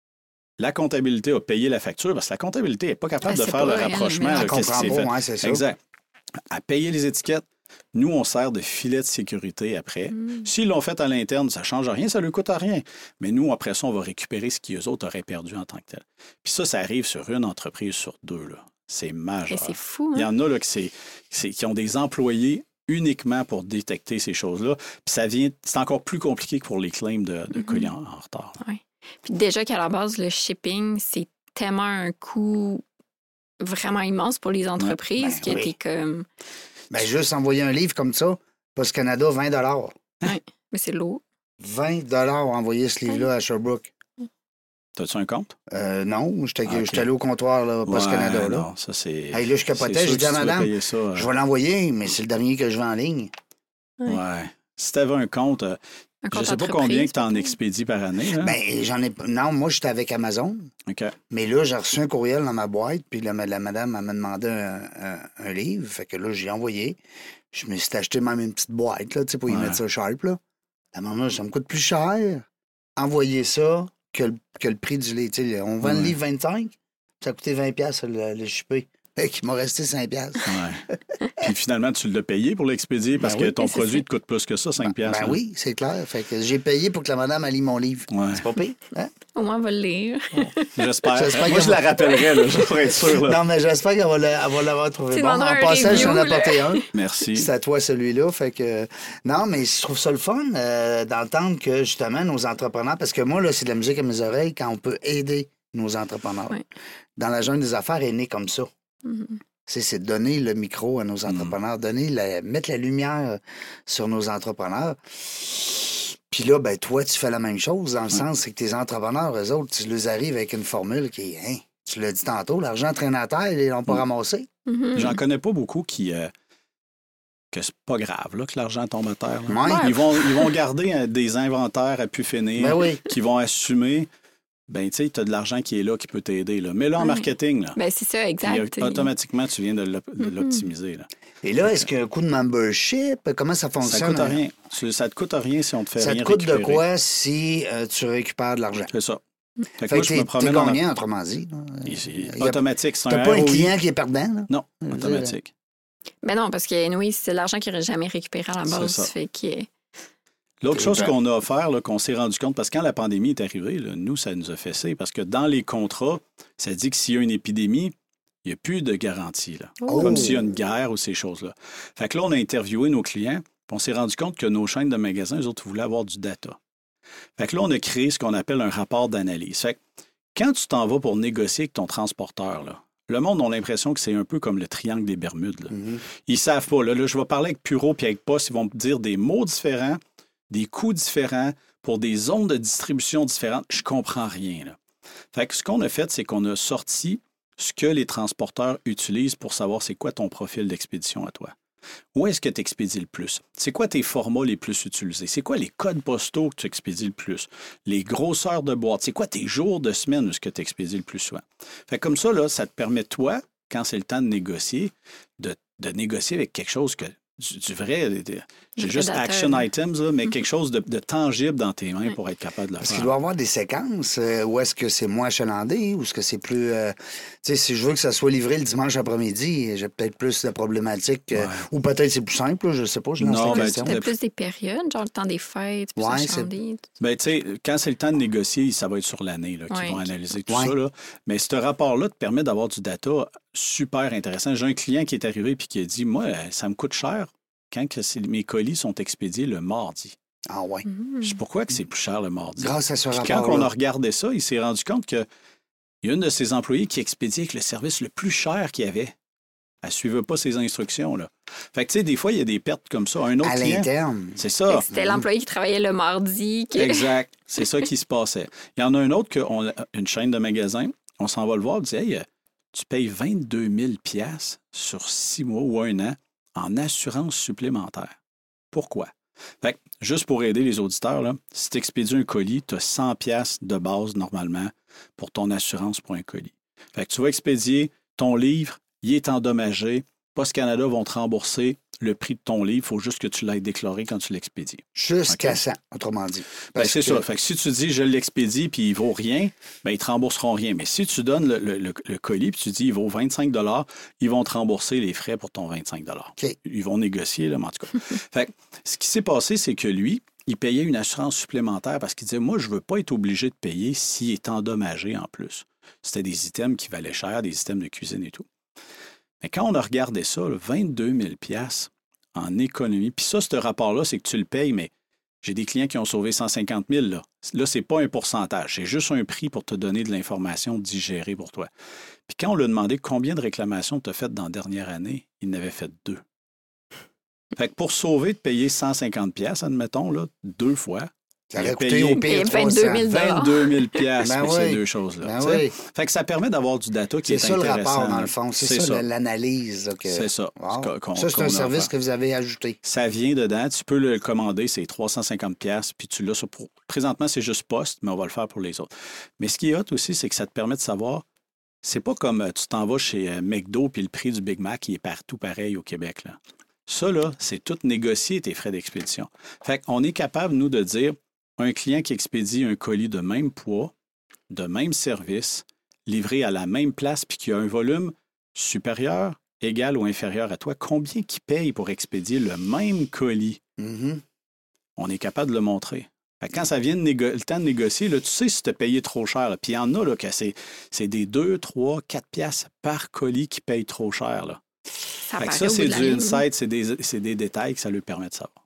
La comptabilité a payé la facture parce que la comptabilité n'est pas capable de faire le rapprochement. Elle comprend pas, ouais, c'est ça. Exact. À payer les étiquettes. Nous, on sert de filet de sécurité après. S'ils l'ont fait à l'interne, ça ne change rien, ça ne leur coûte rien. Mais nous, après ça, on va récupérer ce qu'eux autres auraient perdu en tant que tel. Puis ça arrive sur une entreprise sur 2. Là. C'est majeur. Et c'est fou. Hein? Il y en a là, qui ont des employés uniquement pour détecter ces choses-là. Puis c'est encore plus compliqué que pour les claims de colis en retard. Oui. Puis déjà qu'à la base, le shipping, c'est tellement un coût vraiment immense pour les entreprises que t'es comme... Ben, juste envoyer un livre comme ça, Post Canada, 20 $. Oui, mais c'est lourd. 20 $ envoyer ce livre-là à Sherbrooke. T'as-tu un compte? Non, j'étais allé au comptoir, là, Post Canada. Là. Non, ça, c'est... Hey, là, je capotais, j'ai dit à madame, je vais l'envoyer, mais c'est le dernier que je vais en ligne. Ouais. Si t'avais un compte... je ne sais pas combien que tu en expédies par année. Hein? Ben, j'en ai... Non, moi, j'étais avec Amazon. OK. Mais là, j'ai reçu un courriel dans ma boîte, puis la madame m'a demandé un livre. Fait que là, j'ai envoyé. Je me suis acheté même une petite boîte, là, pour y mettre ça sharp, là. La maman, ça me coûte plus cher. Envoyer ça que le prix du lait. Tu sais, on vend le livre 25, ça a coûté 20$ le chipé. Il m'a resté 5$. Ouais. Puis finalement, tu l'as payé pour l'expédier parce que ton produit te coûte plus que ça, 5$. Ben oui, c'est clair. Fait que j'ai payé pour que la madame lit mon livre. Ouais. C'est pas pire. Hein? Au moins, on va le lire. J'espère. Moi, je la rappellerai, là, pour être sûr. Là. Non, mais j'espère qu'elle va l'avoir trouvé Tu bon. En demanderas un passant, review, j'en ai apporté un. Merci. C'est à toi, celui-là. Fait que... Non, mais je trouve ça le fun d'entendre que, justement, nos entrepreneurs... Parce que moi, là, c'est de la musique à mes oreilles quand on peut aider nos entrepreneurs. Ouais. Dans la jungle des affaires est né comme ça. Mhm. C'est donner le micro à nos entrepreneurs, mettre la lumière sur nos entrepreneurs. Puis là, ben toi, tu fais la même chose, dans le sens, c'est que tes entrepreneurs, eux autres, tu les arrives avec une formule qui est, hein, tu l'as dit tantôt, l'argent traîne à terre, ils l'ont pas ramassé. Mhm. J'en connais pas beaucoup qui... que c'est pas grave là, que l'argent tombe à terre. Là. Ouais. Ils vont garder des inventaires à pu finir, Ben oui. qui vont assumer... Ben, tu sais, tu as de l'argent qui est là, qui peut t'aider. Là. Mais là, en marketing, là, Ben, c'est ça, exact. puis, automatiquement, tu viens de l'optimiser. Là. Et là, est-ce qu'il y a un coût de membership? Comment ça fonctionne? Ça coûte rien. Ça te coûte rien si on te fait Ça rien te coûte récupérer. de quoi si tu récupères de l'argent? C'est ça. Fait que Fait moi, que je me t'es promène dans gagnant, autrement dit. C'est automatique. C'est T'as un pas un ROI. client qui est perdant, là? Non, automatique. Ben non, parce que oui, c'est l'argent qu'il n'aurait jamais récupéré à la base. C'est ça. Fait que... L'autre chose qu'on a offert, là, qu'on s'est rendu compte, parce que quand la pandémie est arrivée, là, nous, ça nous a fessé, parce que dans les contrats, ça dit que s'il y a une épidémie, il n'y a plus de garantie. Là. Oh. Comme s'il y a une guerre ou ces choses-là. Fait que là, on a interviewé nos clients, puis on s'est rendu compte que nos chaînes de magasins, eux autres, voulaient avoir du data. Fait que là, on a créé ce qu'on appelle un rapport d'analyse. Fait que quand tu t'en vas pour négocier avec ton transporteur, là, le monde a l'impression que c'est un peu comme le triangle des Bermudes. Là. Mm-hmm. Ils savent pas. Là, je vais parler avec Puro puis avec Post, ils vont me dire des mots différents, des coûts différents, pour des zones de distribution différentes. Je comprends rien. Là. Fait que ce qu'on a fait, c'est qu'on a sorti ce que les transporteurs utilisent pour savoir c'est quoi ton profil d'expédition à toi. Où est-ce que tu expédies le plus? C'est quoi tes formats les plus utilisés? C'est quoi les codes postaux que tu expédies le plus? Les grosseurs de boîtes? C'est quoi tes jours de semaine où est-ce que tu expédies le plus souvent? Fait que comme ça, là, ça te permet, toi, quand c'est le temps de négocier, de négocier avec quelque chose que du vrai, j'ai juste action items, là, mais quelque chose de tangible dans tes mains pour être capable de le Parce faire. qu'il doit y avoir des séquences où est-ce que c'est moins achalandé ou est-ce que c'est plus... tu sais, si je veux que ça soit livré le dimanche après-midi, j'ai peut-être plus de problématiques. Ou peut-être c'est plus simple, là, je sais pas, je lance Non, la ben, question. T'as plus des périodes, genre le temps des fêtes, puis Ouais, ça c'est- chandé. Ben, tu sais, quand c'est le temps de négocier, ça va être sur l'année là, qu'ils vont analyser tout Ouais. ça. Là. Mais ce rapport-là te permet d'avoir du data super intéressant. J'ai un client qui est arrivé et qui a dit, moi, ça me coûte cher quand mes colis sont expédiés le mardi. Ah ouais. Je sais pourquoi que c'est plus cher le mardi. Grâce à ce Puis rapport quand on a regardé ça, il s'est rendu compte qu'il y a une de ses employés qui expédiait avec le service le plus cher qu'il y avait. Elle ne suivait pas ses instructions. Là. Fait que, tu sais, des fois, il y a des pertes comme ça. Un autre à client, l'interne. c'est ça. C'était l'employé qui travaillait le mardi. Exact. C'est ça qui se passait. Il y en a un autre, une chaîne de magasins, on s'en va le voir, on dit, hey, tu payes 22 000 $ sur 6 mois ou 1 an en assurance supplémentaire. Pourquoi? Fait que, juste pour aider les auditeurs, là, si tu expédies un colis, tu as 100 $ de base normalement pour ton assurance pour un colis. Fait que tu vas expédier ton livre, il est endommagé. Post Canada vont te rembourser le prix de ton livre. Il faut juste que tu l'aies déclaré quand tu l'expédies. Jusqu'à OK. ça, autrement dit. Ben, c'est ça. Fait que si tu dis je l'expédie puis il vaut rien, ben, ils te rembourseront rien. Mais si tu donnes le colis puis tu dis il vaut 25 $, ils vont te rembourser les frais pour ton 25 $. OK. Ils vont négocier, là, mais en tout cas. Fait que, ce qui s'est passé, c'est que lui, il payait une assurance supplémentaire parce qu'il disait moi, je ne veux pas être obligé de payer s'il est endommagé en plus. C'était des items qui valaient cher, des items de cuisine et tout. Mais quand on a regardé ça, là, 22 000 $ en économie, puis ça, ce rapport-là, c'est que tu le payes, mais j'ai des clients qui ont sauvé 150 000 là. Là, ce n'est pas un pourcentage, c'est juste un prix pour te donner de l'information digérée pour toi. Puis quand on lui a demandé combien de réclamations tu as faites dans la dernière année, il n'avait fait 2. Fait que pour sauver de payer 150 $, admettons, là, 2 fois, Ça il a aurait coûté payé au pire 22 000 300. 22 000 Ben pour ces oui. 2 choses-là. Ben tu sais. oui. Fait que ça permet d'avoir du data qui C'est est ça le intéressant. rapport, dans là. le fond. C'est ça, l'analyse. là, que- C'est ça. Wow. Qu'on- Ça, c'est qu'on un a service offert. que vous avez ajouté. Ça vient dedans. Tu peux le commander, c'est 350 $, puis tu l'as sur... Présentement, c'est juste Post, mais on va le faire pour les autres. Mais ce qui est hot aussi, c'est que ça te permet de savoir, c'est pas comme tu t'en vas chez McDo, puis le prix du Big Mac, il est partout pareil au Québec. Là. Ça, là, c'est tout négocier tes frais d'expédition. Fait qu'on est capable, nous, de dire, un client qui expédie un colis de même poids, de même service, livré à la même place, puis qui a un volume supérieur, égal ou inférieur à toi, combien qui paye pour expédier le même colis? Mhm. On est capable de le montrer. Fait que quand ça vient le temps de négocier, là, tu sais si tu as payé trop cher. Là. Puis il y en a là, que c'est des 2, 3, 4 piastres par colis qui payent trop cher. Là. Fait que ça, c'est du insight, c'est des détails que ça lui permet de savoir.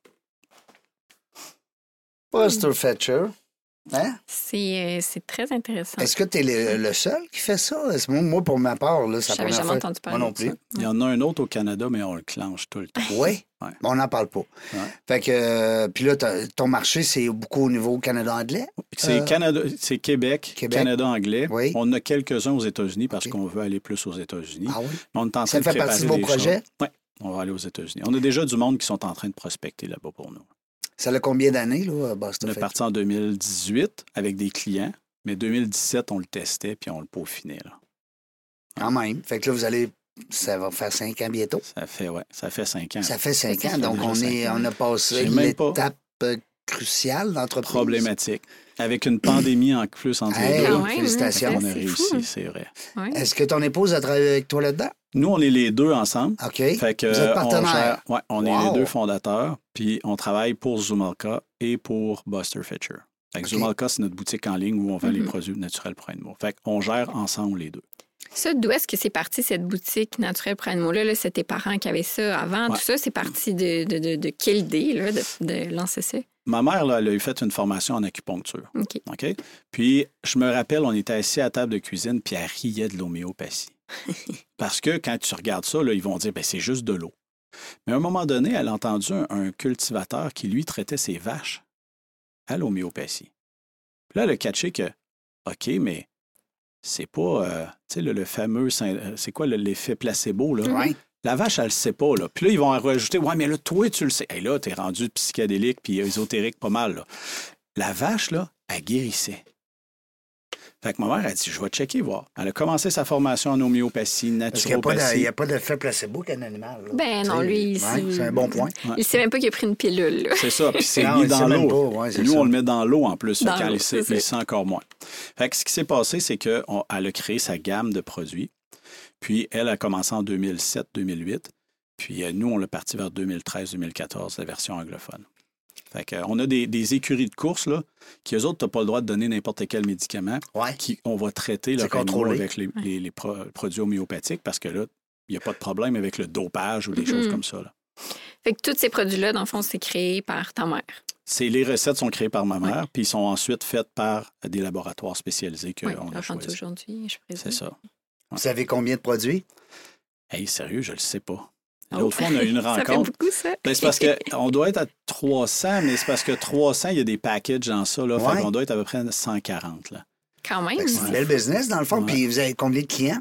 Buster Fetcher. Hein? C'est très intéressant. Est-ce que tu es le seul qui fait ça? Moi, pour ma part, là, ça J'avais jamais entendu parler Moi non de plus. ça. Il y en a un autre au Canada, mais on le clenche tout le temps. Oui? Ouais. Mais on n'en parle pas. Ouais. Fait que, puis là, ton marché, c'est beaucoup au niveau Canada-anglais? C'est Québec, Canada anglais. Oui. On a quelques-uns aux États-Unis parce qu'on veut aller plus aux États-Unis. Ah oui? Mais on est en train Ça de fait préparer partie de vos des projets? Oui, on va aller aux États-Unis. On a déjà du monde qui sont en train de prospecter là-bas pour nous. Ça a combien d'années, là, Buster On est Fetcher? parti en 2018 avec des clients, mais 2017, on le testait puis on le peaufinait. Là. Quand même. Fait que là, ça va faire 5 ans bientôt. Ça fait 5 ans. Ça fait 5 Ça ans. fait Donc, déjà on a passé J'ai même pas- l'étape cruciale d'entreprise. Problématique. Avec une pandémie en plus entre les Hey, deux, Quand même, félicitations. on a c'est réussi, fou. c'est vrai. Ouais. Est-ce que ton épouse a travaillé avec toi là-dedans? Nous, on est les deux ensemble. OK. Fait que, Vous êtes partenaires. on est Wow. les deux fondateurs, puis on travaille pour Zumalka et pour Buster Fetcher. Fait que OK. Zumalka, c'est notre boutique en ligne où on vend les produits naturels pour animaux. Fait qu'on gère ensemble les deux. Ça, d'où est-ce que c'est parti, cette boutique naturelle pour animaux-là? Là, c'est tes parents qui avaient ça avant. Ouais. Tout ça, c'est parti de quelle idée là, de lancer ça? Ma mère, là, elle a eu fait une formation en acupuncture. OK. OK? Puis, je me rappelle, on était assis à la table de cuisine, puis elle riait de l'homéopathie. Parce que quand tu regardes ça, là, ils vont dire, ben c'est juste de l'eau. Mais à un moment donné, elle a entendu un cultivateur qui, lui, traitait ses vaches à l'homéopathie. Puis là, elle a catché que, OK, mais c'est pas, tu sais, le fameux, c'est quoi l'effet placebo, là? Oui. La vache, elle le sait pas, là. Puis là, ils vont en rajouter, ouais, mais là, toi, tu le sais. Et là, t'es rendu psychédélique puis ésotérique pas mal, là. La vache, là, elle guérissait. Fait que ma mère a dit, je vais checker, voir. Elle a commencé sa formation en homéopathie, Parce qu'il n'y naturopathie. a pas d'effet placebo qu'un animal. Là. Ben non, Tu sais, lui, c'est un bon point. Il sait même pas qu'il a pris une pilule. Là. C'est ça, puis c'est Non, mis il dans sait même l'eau. pas, ouais, c'est Nous, ça. on le met dans l'eau en plus, fait Dans qu'elle l'eau, le sait, c'est il ça. sait encore moins. Fait que ce qui s'est passé, c'est qu'elle a créé sa gamme de produits. Puis, elle a commencé en 2007-2008. Puis, nous, on l'a parti vers 2013-2014, la version anglophone. Fait qu'on a des écuries de course, là, qui, eux autres, tu n'as pas le droit de donner n'importe quel médicament. Ouais. On va traiter leur animal contrôlé. avec les produits homéopathiques parce que là, il n'y a pas de problème avec le dopage ou des choses comme ça. Là. Fait que tous ces produits-là, dans le fond, c'est créé par ta mère. Les recettes sont créées par ma mère, puis ils sont ensuite faites par des laboratoires spécialisés qu'on a choisis. Aujourd'hui, je présume. C'est ça. Vous avez combien de produits? Hey, sérieux, je le sais pas. Oh. L'autre fois, on a eu une Ça fait rencontre. beaucoup, ça. Ben, c'est parce qu'on doit être à 300, mais c'est parce que 300, il y a des packages dans ça. Là, Ouais. Fait qu'on doit être à peu près 140. Là. Quand même. Fait que c'est un bel business, dans le fond. Ouais. Puis vous avez combien de clients?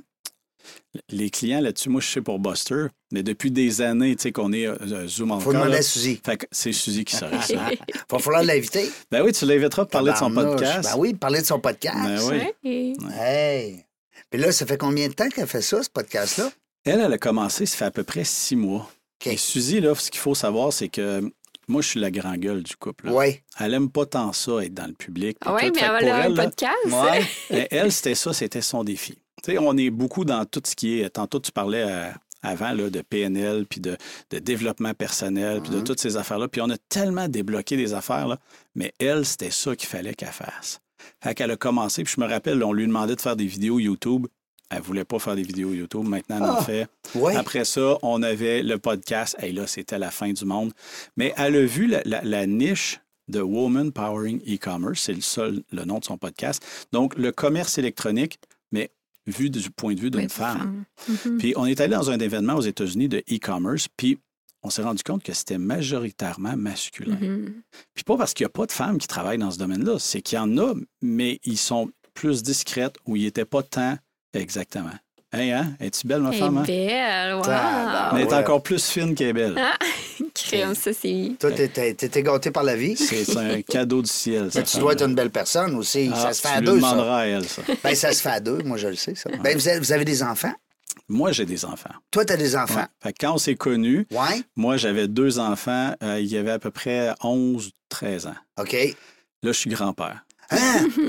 Les clients là-dessus, moi, je sais pour Buster, mais depuis des années, tu sais, qu'on est Zoom en Il faut demander à Suzy. Fait que c'est Suzy qui serait ça. Il va falloir l'inviter. Ben oui, tu l'inviteras pour parler de son Tabarnouche. podcast. Ben oui, parler de son podcast. Ben oui. Ouais. Hey! Puis là, ça fait combien de temps qu'elle fait ça, ce podcast-là? Elle a commencé, ça fait à peu près 6 mois. OK. Et Suzy, là, ce qu'il faut savoir, c'est que moi, je suis la grand gueule du couple. là. Oui. Elle aime pas tant ça, être dans le public. puis Ah oui, tout. mais Fait que elle pour a un elle, là, podcast. Ouais. elle, c'était son défi. Tu sais, on est beaucoup dans tout ce qui est... Tantôt, tu parlais avant là, de PNL, puis de développement personnel, puis de toutes ces affaires-là. Puis on a tellement débloqué des affaires, là, mais elle, c'était ça qu'il fallait qu'elle fasse. Fait qu'elle a commencé, puis je me rappelle, on lui demandait de faire des vidéos YouTube. Elle ne voulait pas faire des vidéos YouTube. Maintenant, elle en fait. Oui. Après ça, on avait le podcast. Et là, c'était la fin du monde. Mais elle a vu la niche de Woman Powering E-Commerce. C'est le nom de son podcast. Donc, le commerce électronique, mais vu du point de vue d'une Oui, femme. Mhm. Puis, on est allé dans un événement aux États-Unis de e-commerce. Puis, on s'est rendu compte que c'était majoritairement masculin. Mhm. Puis, pas parce qu'il n'y a pas de femmes qui travaillent dans ce domaine-là. C'est qu'il y en a, mais ils sont plus discrètes ou ils n'étaient pas tant... Exactement. Hey, hein? Es-tu belle, ma Elle femme? Hein? est belle, wow. Tabarnak. Mais elle est ouais. encore plus fine qu'elle est belle. Ah, crème, ça, c'est... Toi, t'étais gâté par la vie. C'est un cadeau du ciel. Mais cette tu dois être femme-là. une belle personne aussi. Ah, Ça se fait à tu lui deux, ça. demanderas à elle, ça. Ben, ça se fait à deux. Moi, je le sais, ça. Ben, vous avez des enfants? Moi, j'ai des enfants. Toi, t'as des enfants. Ouais. Fait que quand on s'est connus, Ouais. moi, j'avais 2 enfants. Il y avait à peu près 11-13 ans. OK. Là, je suis grand-père. Hein? Ouais.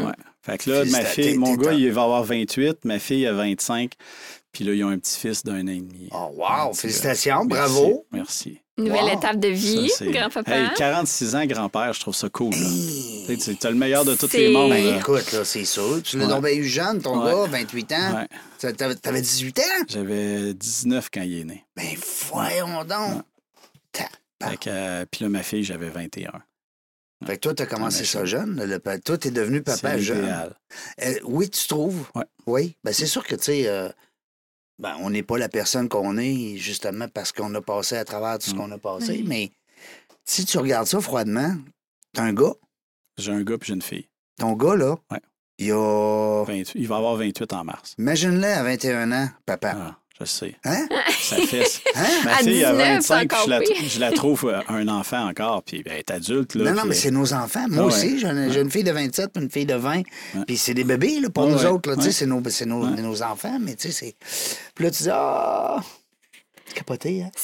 Fait que là, mon gars, il va avoir 28, ma fille a 25, puis là, ils ont un petit-fils d'1 an et demi. Oh, wow! Félicitations, Merci, bravo! Merci. Nouvelle étape de vie, grand-papa. Hey, 46 ans, grand-père, je trouve ça cool. Hey. Tu as le meilleur de tous les mondes. Ben, écoute, là, c'est sûr. Tu l'as donc bien eu jeune, ton gars, 28 ans. Ouais. T'avais 18 ans? J'avais 19 quand il est né. Ben, voyons donc! Puis là, ma fille, j'avais 21. Fait que toi, t'as commencé ça jeune. Toi, t'es devenu papa c'est jeune. idéal. Oui, tu trouves? Ouais. Oui. Ben, c'est sûr que, tu sais, on n'est pas la personne qu'on est, justement, parce qu'on a passé à travers tout ce qu'on a passé. Mais si tu regardes ça froidement, t'as un gars. J'ai un gars puis j'ai une fille. Ton gars, là, il a... Il va avoir 28 en mars. Imagine-le à 21 ans, papa. Ah, je sais. Hein? Ça fait... Ma À fille a 19, 25, puis c'est encore je la trouve un enfant encore, puis elle est adulte. Là, Non, mais c'est nos enfants. Moi aussi, j'ai une fille de 27 puis une fille de 20. Puis c'est des bébés, là, pour nous autres. Là, tu sais, c'est nos enfants, mais tu sais, c'est... Puis là, tu dis, c'est capoté, hein?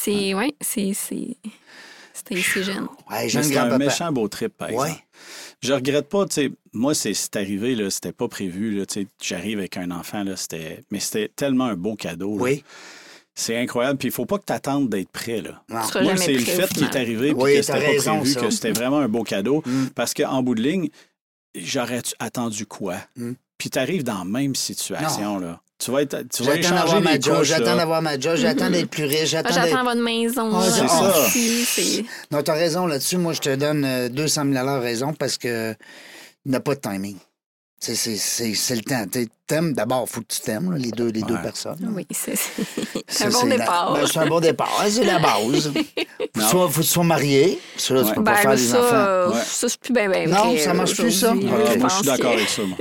C'est jeune. Ouais, c'est un méchant beau trip, par exemple. Je regrette pas, tu sais, moi, c'est arrivé, là, c'était pas prévu, là, tu sais, j'arrive avec un enfant, là, mais c'était tellement un beau cadeau. Là. Oui. C'est incroyable, puis il faut pas que tu attendes d'être prêt, là. Non. Moi, c'est le fait qui est arrivé, puis que c'était pas prévu, que c'était vraiment un beau cadeau, parce qu'en bout de ligne, j'aurais attendu quoi? Puis tu arrives dans la même situation, là. Tu vas échanger les couches. J'attends d'avoir ma job, j'attends d'être plus riche. J'attends votre maison. C'est ça. Non, t'as raison là-dessus. Moi, je te donne 200 000 $ raison parce que il n'y a pas de timing. C'est le temps. T'aimes, d'abord, il faut que tu t'aimes, là, les deux personnes. Oui, c'est un bon départ. C'est un bon départ. C'est la base. Faut que tu sois marié. Ça, là, tu peux pas faire des enfants. Ça, c'est plus bien. Non, ça marche plus, ça. Moi, je suis d'accord avec ça, moi.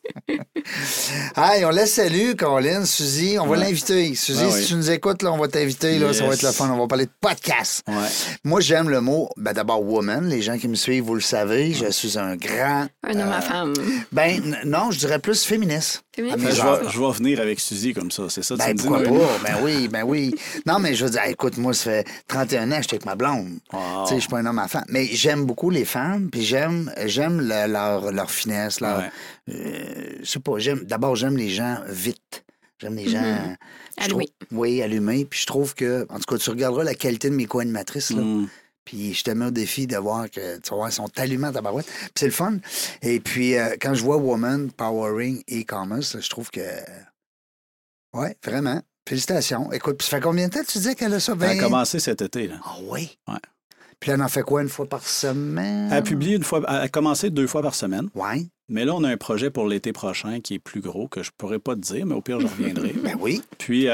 Hey, on laisse salut, Colin, Suzy. On va l'inviter. Suzy, si tu nous écoutes, là, on va t'inviter. Là, ça va être le fun. On va parler de podcast. Moi, j'aime le mot, d'abord, woman. Les gens qui me suivent, vous le savez. Je suis un grand... Un homme à femme. Non, je dirais plus féministe. Je vais venir avec Suzy comme ça. C'est ça que tu me dis? Pourquoi pas? Ben oui. Non, mais je veux dire, écoute, moi, ça fait 31 ans que je suis avec ma blonde. Tu sais, je suis pas un homme à femme. Mais j'aime beaucoup les femmes, puis j'aime leur finesse, je sais pas, d'abord, j'aime les gens vite. J'aime les gens... Allumés. Oui, allumés. Puis je trouve que, en tout cas, tu regarderas la qualité de mes co-animatrices, là. Puis je te mets au défi de voir que, tu vois, elles sont allumées à ta barouette. Puis c'est le fun. Et puis, quand je vois Woman Powering E-Commerce, je trouve que... Oui, vraiment. Félicitations. Écoute, puis ça fait combien de temps tu disais qu'elle a ça? Elle a commencé cet été, là. Ah oui? Ouais. Puis elle en fait quoi, une fois par semaine? Elle a publié elle a commencé 2 fois par semaine. Oui. Mais là, on a un projet pour l'été prochain qui est plus gros, que je pourrais pas te dire, mais au pire, je reviendrai. Ben oui. Puis,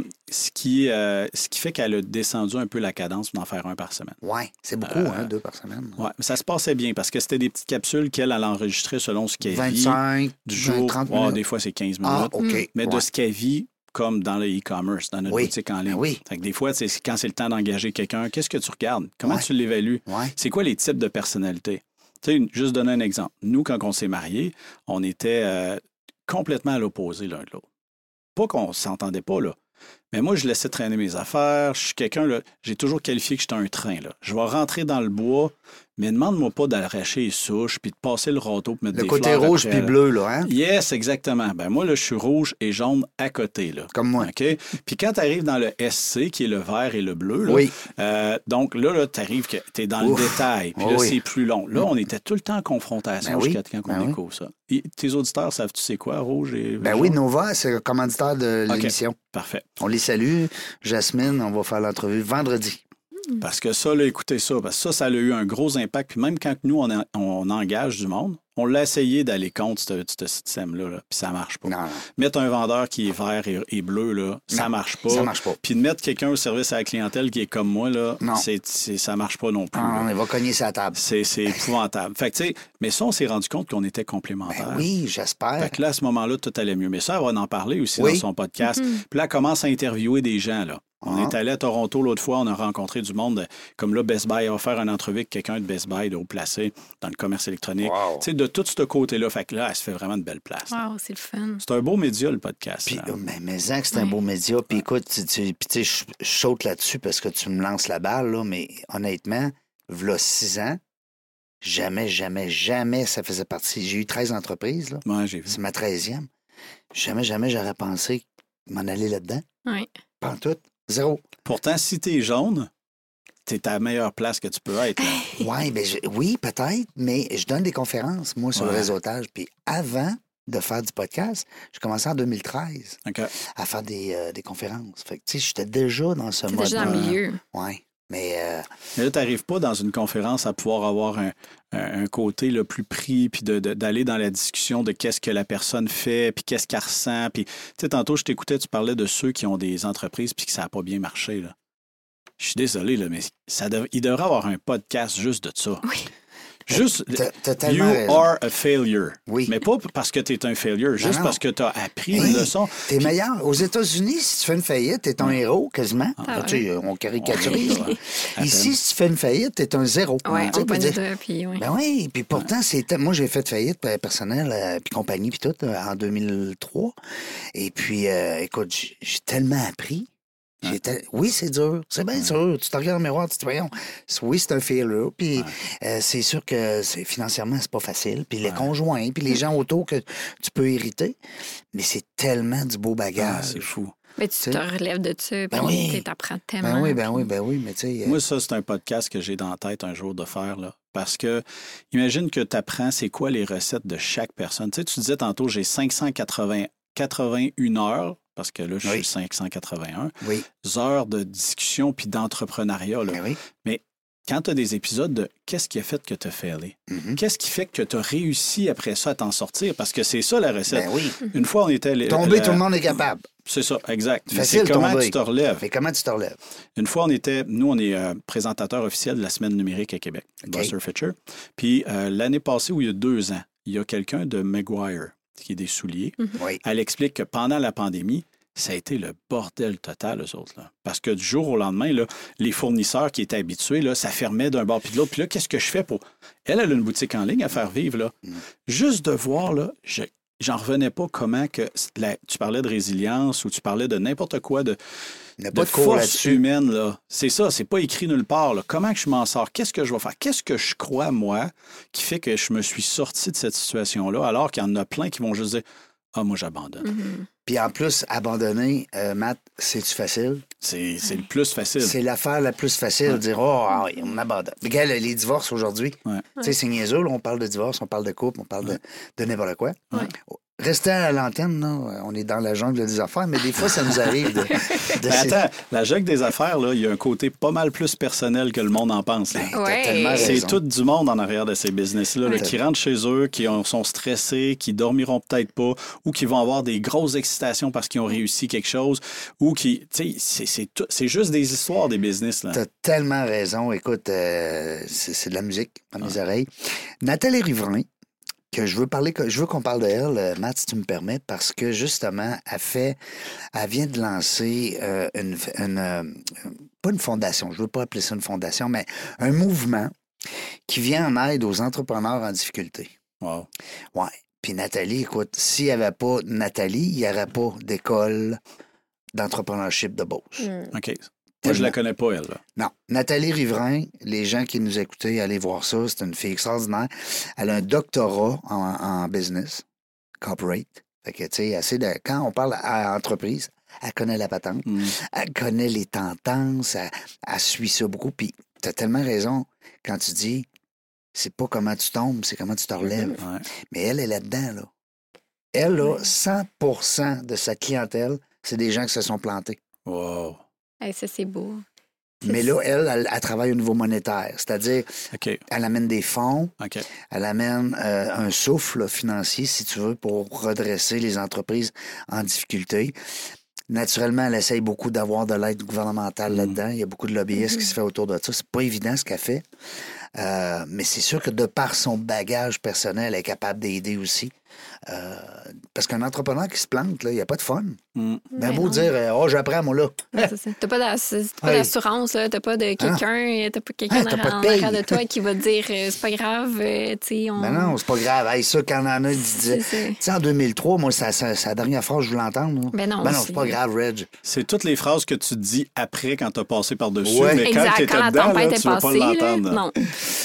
ce qui fait qu'elle a descendu un peu la cadence d'en faire un par semaine. Oui, c'est beaucoup, 2 par semaine. Oui, mais ça se passait bien parce que c'était des petites capsules qu'elle enregistrait selon ce qu'elle vit. 25, du jour. 30 minutes. Des fois, c'est 15 minutes. Ah, OK. Mais de ce qu'elle vit, comme dans le e-commerce, dans notre boutique en ligne. Oui. Fait que des fois, quand c'est le temps d'engager quelqu'un, qu'est-ce que tu regardes? Comment tu l'évalues? C'est quoi les types de personnalités? Tu sais, juste donner un exemple. Nous, quand on s'est mariés, on était complètement à l'opposé l'un de l'autre. Pas qu'on ne s'entendait pas, là. Mais moi, je laissais traîner mes affaires. Je suis quelqu'un, là, j'ai toujours qualifié que j'étais un train, là. Je vais rentrer dans le bois, mais demande-moi pas d'arracher les souches puis de passer le râteau pour mettre des fleurs. Le côté rouge après, puis bleu, là, hein? Yes, exactement. Ben moi, là, je suis rouge et jaune à côté, là. Comme moi. OK? Puis quand tu arrives dans le SC, qui est le vert et le bleu, là, donc là tu arrives que tu es dans le détail. Puis là, c'est plus long. Là, on était tout le temps en confrontation jusqu'à quand on découvre ça. Et tes auditeurs savent-tu c'est quoi, rouge et jaune? Oui, Nova, c'est le commanditaire de l'émission. Parfait. On les salue. Jasmine, on va faire l'entrevue vendredi. Parce que ça, là, écoutez ça, parce que ça a eu un gros impact. Puis même quand nous, on engage du monde, on l'a essayé d'aller contre ce système-là, puis ça marche pas. Non. Mettre un vendeur qui est vert et bleu, là, ça marche pas. Ça marche pas. Puis de mettre quelqu'un au service à la clientèle qui est comme moi, là, ça marche pas non plus. On va cogner sa table. C'est épouvantable. Fait que, tu sais, mais ça, on s'est rendu compte qu'on était complémentaires. Ben oui, j'espère. Fait que là, à ce moment-là, tout allait mieux. Mais ça, elle va en parler aussi dans son podcast. Puis là, elle commence à interviewer des gens, là. On est allé à Toronto l'autre fois, on a rencontré du monde, comme là, Best Buy, on va faire une entrevue avec quelqu'un de Best Buy, de haut placé, dans le commerce électronique. Wow. Tu sais, de tout ce côté-là, fait que là, elle se fait vraiment de belle place. Wow, c'est le fun. C'est un beau média, le podcast. Puis, mais c'est un beau média. Puis écoute, je saute là-dessus parce que tu me lances la balle, là, mais honnêtement, v'là 6 ans, Jamais, jamais, jamais ça faisait partie. J'ai eu 13 entreprises, là. Ouais, j'ai vu. C'est ma 13e. Jamais, jamais j'aurais pensé m'en aller là-dedans. Oui. Pas en tout. Zéro. Pourtant, si t'es jaune, t'es à la meilleure place que tu peux être. Ouais, oui, peut-être, mais je donne des conférences, moi, sur le réseautage. Puis avant de faire du podcast, j'ai commencé en 2013 OK. à faire des conférences. Fait que, tu sais, j'étais déjà dans ce mode. Déjà dans le milieu. Oui. Mais là, tu n'arrives pas dans une conférence à pouvoir avoir un côté là, plus pris, puis d'aller dans la discussion de qu'est-ce que la personne fait, puis qu'est-ce qu'elle ressent. Puis, tu sais, tantôt, je t'écoutais, tu parlais de ceux qui ont des entreprises puis que ça n'a pas bien marché. Là. Je suis désolé, là, mais il devrait avoir un podcast juste de ça. Oui. Juste, t'as you tellement raison. are a failure. Oui. Mais pas parce que tu es un failure, juste non. parce que tu as appris Oui, une leçon. T'es meilleur. Aux États-Unis, si tu fais une faillite, t'es un héros quasiment. Ah, Tu sais, on caricaturise. Ouais. Ici, si tu fais une faillite, t'es un zéro. Oui, Tu sais, on peut dire- ça, puis oui. Ben oui, puis pourtant, moi, j'ai fait faillite personnelle, puis compagnie, puis tout, en 2003. Et puis, écoute, j'ai tellement appris. Oui, c'est dur. C'est bien dur. Tu te regardes dans le miroir, tu te dis, voyons, oui, c'est un failure. Puis c'est sûr que financièrement, c'est pas facile. Puis les conjoints, puis les gens autour que tu peux hériter. Mais c'est tellement du beau Ah, bagage. c'est fou. Mais tu te relèves de ça, puis oui. tu t'apprends tellement. Ben oui, mais tu sais... Moi, ça, c'est un podcast que j'ai dans la tête un jour de faire, là. Parce que, imagine que tu apprends c'est quoi les recettes de chaque personne. Tu sais, tu disais tantôt, j'ai 581 heures, parce que là, je suis 581 heures de discussion puis d'entrepreneuriat, là. Ben oui. Mais quand tu as des épisodes de qu'est-ce qui a fait que tu as failé? Qu'est-ce qui fait que tu as réussi après ça à t'en sortir? Parce que c'est ça la recette. Ben oui. Une fois, on était... Tomber, tout le monde est capable. C'est ça, exact. Mais Facile c'est comment tomber. tu te relèves. Mais comment tu te relèves? Une fois, on est présentateur officiel de la Semaine numérique à Québec, Buster Fischer. Puis l'année passée, ou il y a 2 ans, il y a quelqu'un de Maguire, qui est des souliers. Oui. Elle explique que pendant la pandémie, ça a été le bordel total, eux autres. Là. Parce que du jour au lendemain, là, les fournisseurs qui étaient habitués, là, ça fermait d'un bord puis de l'autre. Puis là, qu'est-ce que je fais pour... Elle a une boutique en ligne à faire vivre. Là. Juste de voir, là, j'en revenais pas comment que... tu parlais de résilience ou tu parlais de n'importe quoi, de force humaine. Là. C'est ça, c'est pas écrit nulle part. Là. Comment que je m'en sors? Qu'est-ce que je vais faire? Qu'est-ce que je crois, moi, qui fait que je me suis sorti de cette situation-là, alors qu'il y en a plein qui vont juste dire « Ah, moi, j'abandonne. Puis en plus, abandonner, Matt, c'est-tu facile? C'est le plus facile. C'est l'affaire la plus facile, de dire « Oh, on abandonne. » Regarde, les divorces aujourd'hui, tu sais, c'est niaiseux, là, on parle de divorce, on parle de couple, on parle de n'importe quoi. Restez à l'antenne, là, on est dans la jungle des affaires, mais des fois, ça nous arrive de Mais attends, la jungle des affaires, là, il y a un côté pas mal plus personnel que le monde en pense. Là. T'as tellement C'est raison. tout du monde en arrière de ces business-là, là, qui rentrent chez eux, qui sont stressés, qui dormiront peut-être pas, ou qui vont avoir des grosses excitations parce qu'ils ont réussi quelque chose, ou qui, tu sais, c'est juste des histoires des business. Là. T'as tellement raison. Écoute, c'est de la musique dans mes oreilles. Nathalie Riverain, que je veux qu'on parle d'elle, Matt, si tu me permets, parce que justement, elle vient de lancer pas une fondation, je veux pas appeler ça une fondation, mais un mouvement qui vient en aide aux entrepreneurs en difficulté. Wow. Ouais. Puis Nathalie, écoute, s'il n'y avait pas Nathalie, il n'y aurait pas d'école d'entrepreneurship de Beauce. OK. Moi, je la connais pas, elle. Là. Non. Nathalie Riverain, les gens qui nous écoutaient, allez voir ça. C'est une fille extraordinaire. Elle a un doctorat en business, corporate. Fait que, tu sais, quand on parle à entreprise, elle connaît la patente. Elle connaît les tendances. Elle suit ça beaucoup. Puis, tu as tellement raison quand tu dis, c'est pas comment tu tombes, c'est comment tu te relèves. Ouais. Mais elle est là-dedans, là. Elle, là, 100% de sa clientèle, c'est des gens qui se sont plantés. Wow. Hey, ça, c'est beau. Mais là, elle travaille au niveau monétaire. C'est-à-dire, OK. elle amène des fonds, OK. elle amène un souffle financier, si tu veux, pour redresser les entreprises en difficulté. Naturellement, elle essaye beaucoup d'avoir de l'aide gouvernementale là-dedans. Il y a beaucoup de lobbyistes qui se fait autour de ça. C'est pas évident ce qu'elle fait. Mais c'est sûr que de par son bagage personnel, elle est capable d'aider aussi. Parce qu'un entrepreneur qui se plante, il n'y a pas de fun. Ben beau dire, j'apprends, moi, là. Ouais, c'est ça. T'as pas d'assurance, là. T'as pas de quelqu'un, t'as pas de en paye. arrière de toi qui va te dire, c'est pas grave, tu sais, on... Ben non, c'est pas grave. Hey, ça, quand on en a, tu sais, en 2003, moi, c'est la dernière phrase que je voulais entendre. Là. Ben non, c'est pas grave, Reg. C'est toutes les phrases que tu dis après quand tu as passé par-dessus, Ouais. mais quand Exact, tu étais quand la dedans, là, tempête est tu ne veux pas passée, là, l'entendre. non.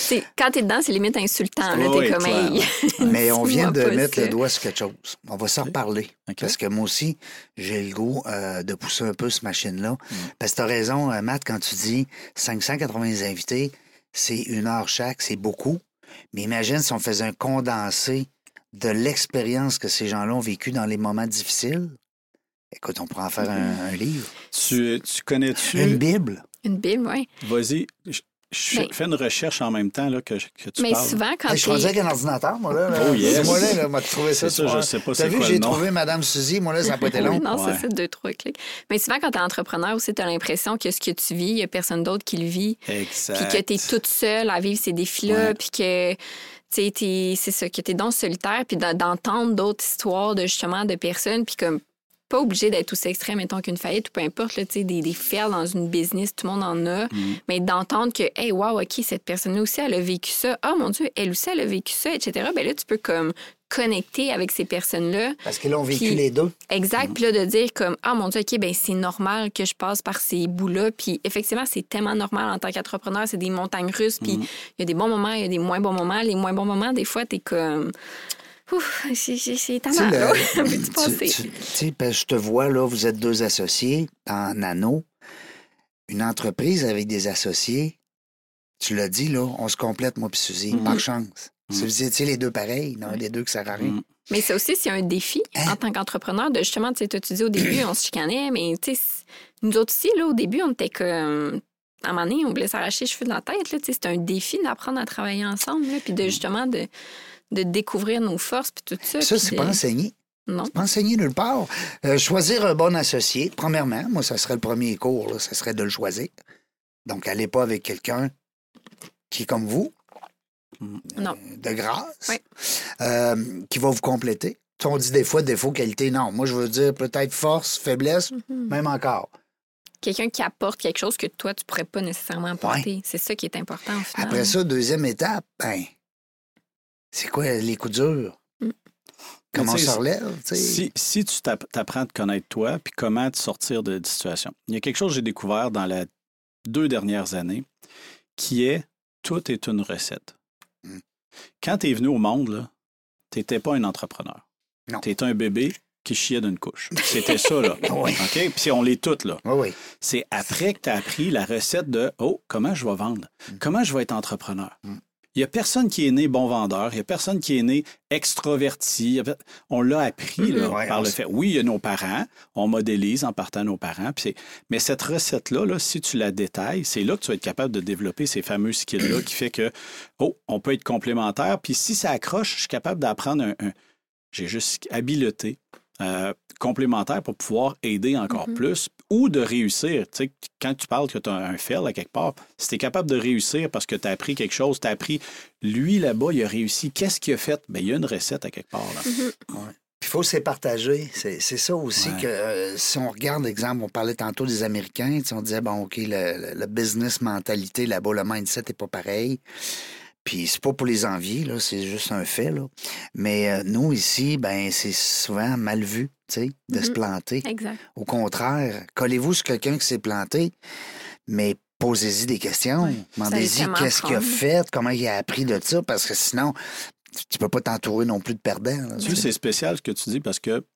Quand t'es dedans, c'est limite insultant. Là, Oui, t'es comme, hey, Mais on vient de dis-moi pas mettre ça. le doigt sur quelque chose. On va s'en reparler. OK. Parce que moi aussi, j'ai le goût de pousser un peu cette machine-là. Parce que tu as raison, Matt, quand tu dis 580 invités, c'est 1 heure chaque, c'est beaucoup. Mais imagine si on faisait un condensé de l'expérience que ces gens-là ont vécu dans les moments difficiles. Écoute, on pourrait en faire un livre. Tu connais-tu... Une Bible. Une Bible, oui. Vas-y, je Mais- fais une recherche en même temps là, que tu Mais parles. souvent, quand Hey, je suis rendu t'es... avec un ordinateur, moi, là. Oh, yes. Dis-moi là, m'a trouvé ça. C'est ça, tu vois. je sais pas T'as c'est vu, quoi j'ai le nom. trouvé Madame Suzy. Moi, là, ça n'a pas été long. Oui, non, Ouais. c'est ça, 2-3 clics. Mais souvent, quand tu es entrepreneur aussi, tu as l'impression que ce que tu vis, il n'y a personne d'autre qui le vit. Exact. Puis que tu es toute seule à vivre ces défis-là. Ouais. Puis que, tu sais, c'est ça, que tu es donc solitaire. Puis d'entendre d'autres histoires de justement de personnes. Puis comme, pas obligé d'être aussi extrême, mettons, qu'une faillite ou peu importe, là, tu sais, des fails dans une business, tout le monde en a. Mais d'entendre que, hey, wow, OK, cette personne-là aussi, elle a vécu ça. Ah, mon Dieu, elle aussi, elle a vécu ça, etc. Bien là, tu peux comme connecter avec ces personnes-là. Parce qu'ils l'ont vécu Puis- les deux. Exact. Puis là, de dire comme, ah mon Dieu, OK, ben c'est normal que je passe par ces bouts-là. Puis effectivement, c'est tellement normal en tant qu'entrepreneur. C'est des montagnes russes. Puis il y a des bons moments, il y a des moins bons moments. Les moins bons moments, des fois, t'es comme, ouf, c'est tellement là. Peux-tu passer? Tu sais, parce que je te vois, là, vous êtes 2 associés en Nano. Une entreprise avec des associés, tu l'as dit, là, on se complète, moi puis Suzy, par chance. Si vous étiez les deux pareils, il y en a un des deux qui sert à rien. Mais ça aussi, c'est un défi en tant qu'entrepreneur de justement, tu sais, tu dis au début, on se chicanait, mais tu sais, nous autres aussi, là, au début, on était comme. À un moment donné, on voulait s'arracher les cheveux de la tête. Là, tu sais, c'est un défi d'apprendre à travailler ensemble, là, puis de justement de découvrir nos forces, puis tout ça. Ça, puis c'est de- pas enseigné. Non. C'est pas enseigné nulle part. Choisir un bon associé, premièrement, moi, ça serait le premier cours, là, ça serait de le choisir. Donc, allez pas avec quelqu'un qui est comme vous, Non. de grâce, Oui. qui va vous compléter. Si on dit défaut, qualité, non. Moi, je veux dire peut-être force, faiblesse, même encore. Quelqu'un qui apporte quelque chose que toi, tu pourrais pas nécessairement apporter. C'est ça qui est important, au final. Après ça, deuxième étape, ben, c'est quoi les coups durs? Comment on Mais tu sais, se relève? tu sais? Si tu t'apprends à te connaître toi, puis comment te sortir de situations. Il y a quelque chose que j'ai découvert dans les 2 dernières années qui est tout est une recette. Quand tu es venu au monde, tu n'étais pas un entrepreneur. Non. Tu étais un bébé qui chiait d'une couche. C'était ça, là. Oui. OK? Puis on l'est toutes, là. Oui, oui. C'est après que tu as appris la recette de « Oh, comment je vais vendre? Comment je vais être entrepreneur? » Il n'y a personne qui est né bon vendeur. Il n'y a personne qui est né extroverti. On l'a appris là, Ouais, par on le s- fait. Oui, il y a nos parents. On modélise en partant de nos parents. Mais cette recette-là, là, si tu la détailles, c'est là que tu vas être capable de développer ces fameux skills-là qui fait que, oh, on peut être complémentaire. Puis si ça accroche, je suis capable d'apprendre j'ai juste habileté complémentaire pour pouvoir aider encore plus ou de réussir. Tu sais, quand tu parles que tu as un fail à quelque part, si tu es capable de réussir parce que tu as appris quelque chose, tu as appris, lui là-bas, il a réussi, qu'est-ce qu'il a fait? Bien, il y a une recette à quelque part. Là. Il faut se partager. C'est ça aussi Ouais. que si on regarde, exemple, on parlait tantôt des Américains, tu sais, on disait, bon, OK, le business mentalité là-bas, le mindset n'est pas pareil. Puis c'est pas pour les envier, là, c'est juste un fait, là. Mais nous, ici, ben c'est souvent mal vu, tu sais, de se planter. Exact. Au contraire, collez-vous sur quelqu'un qui s'est planté, mais posez-y des questions. Demandez-y tellement qu'est-ce qu'il a apprendre. fait, comment il a appris de ça, parce que sinon, tu peux pas t'entourer non plus de perdants. là, Tu sais, c'est spécial ce que tu dis parce que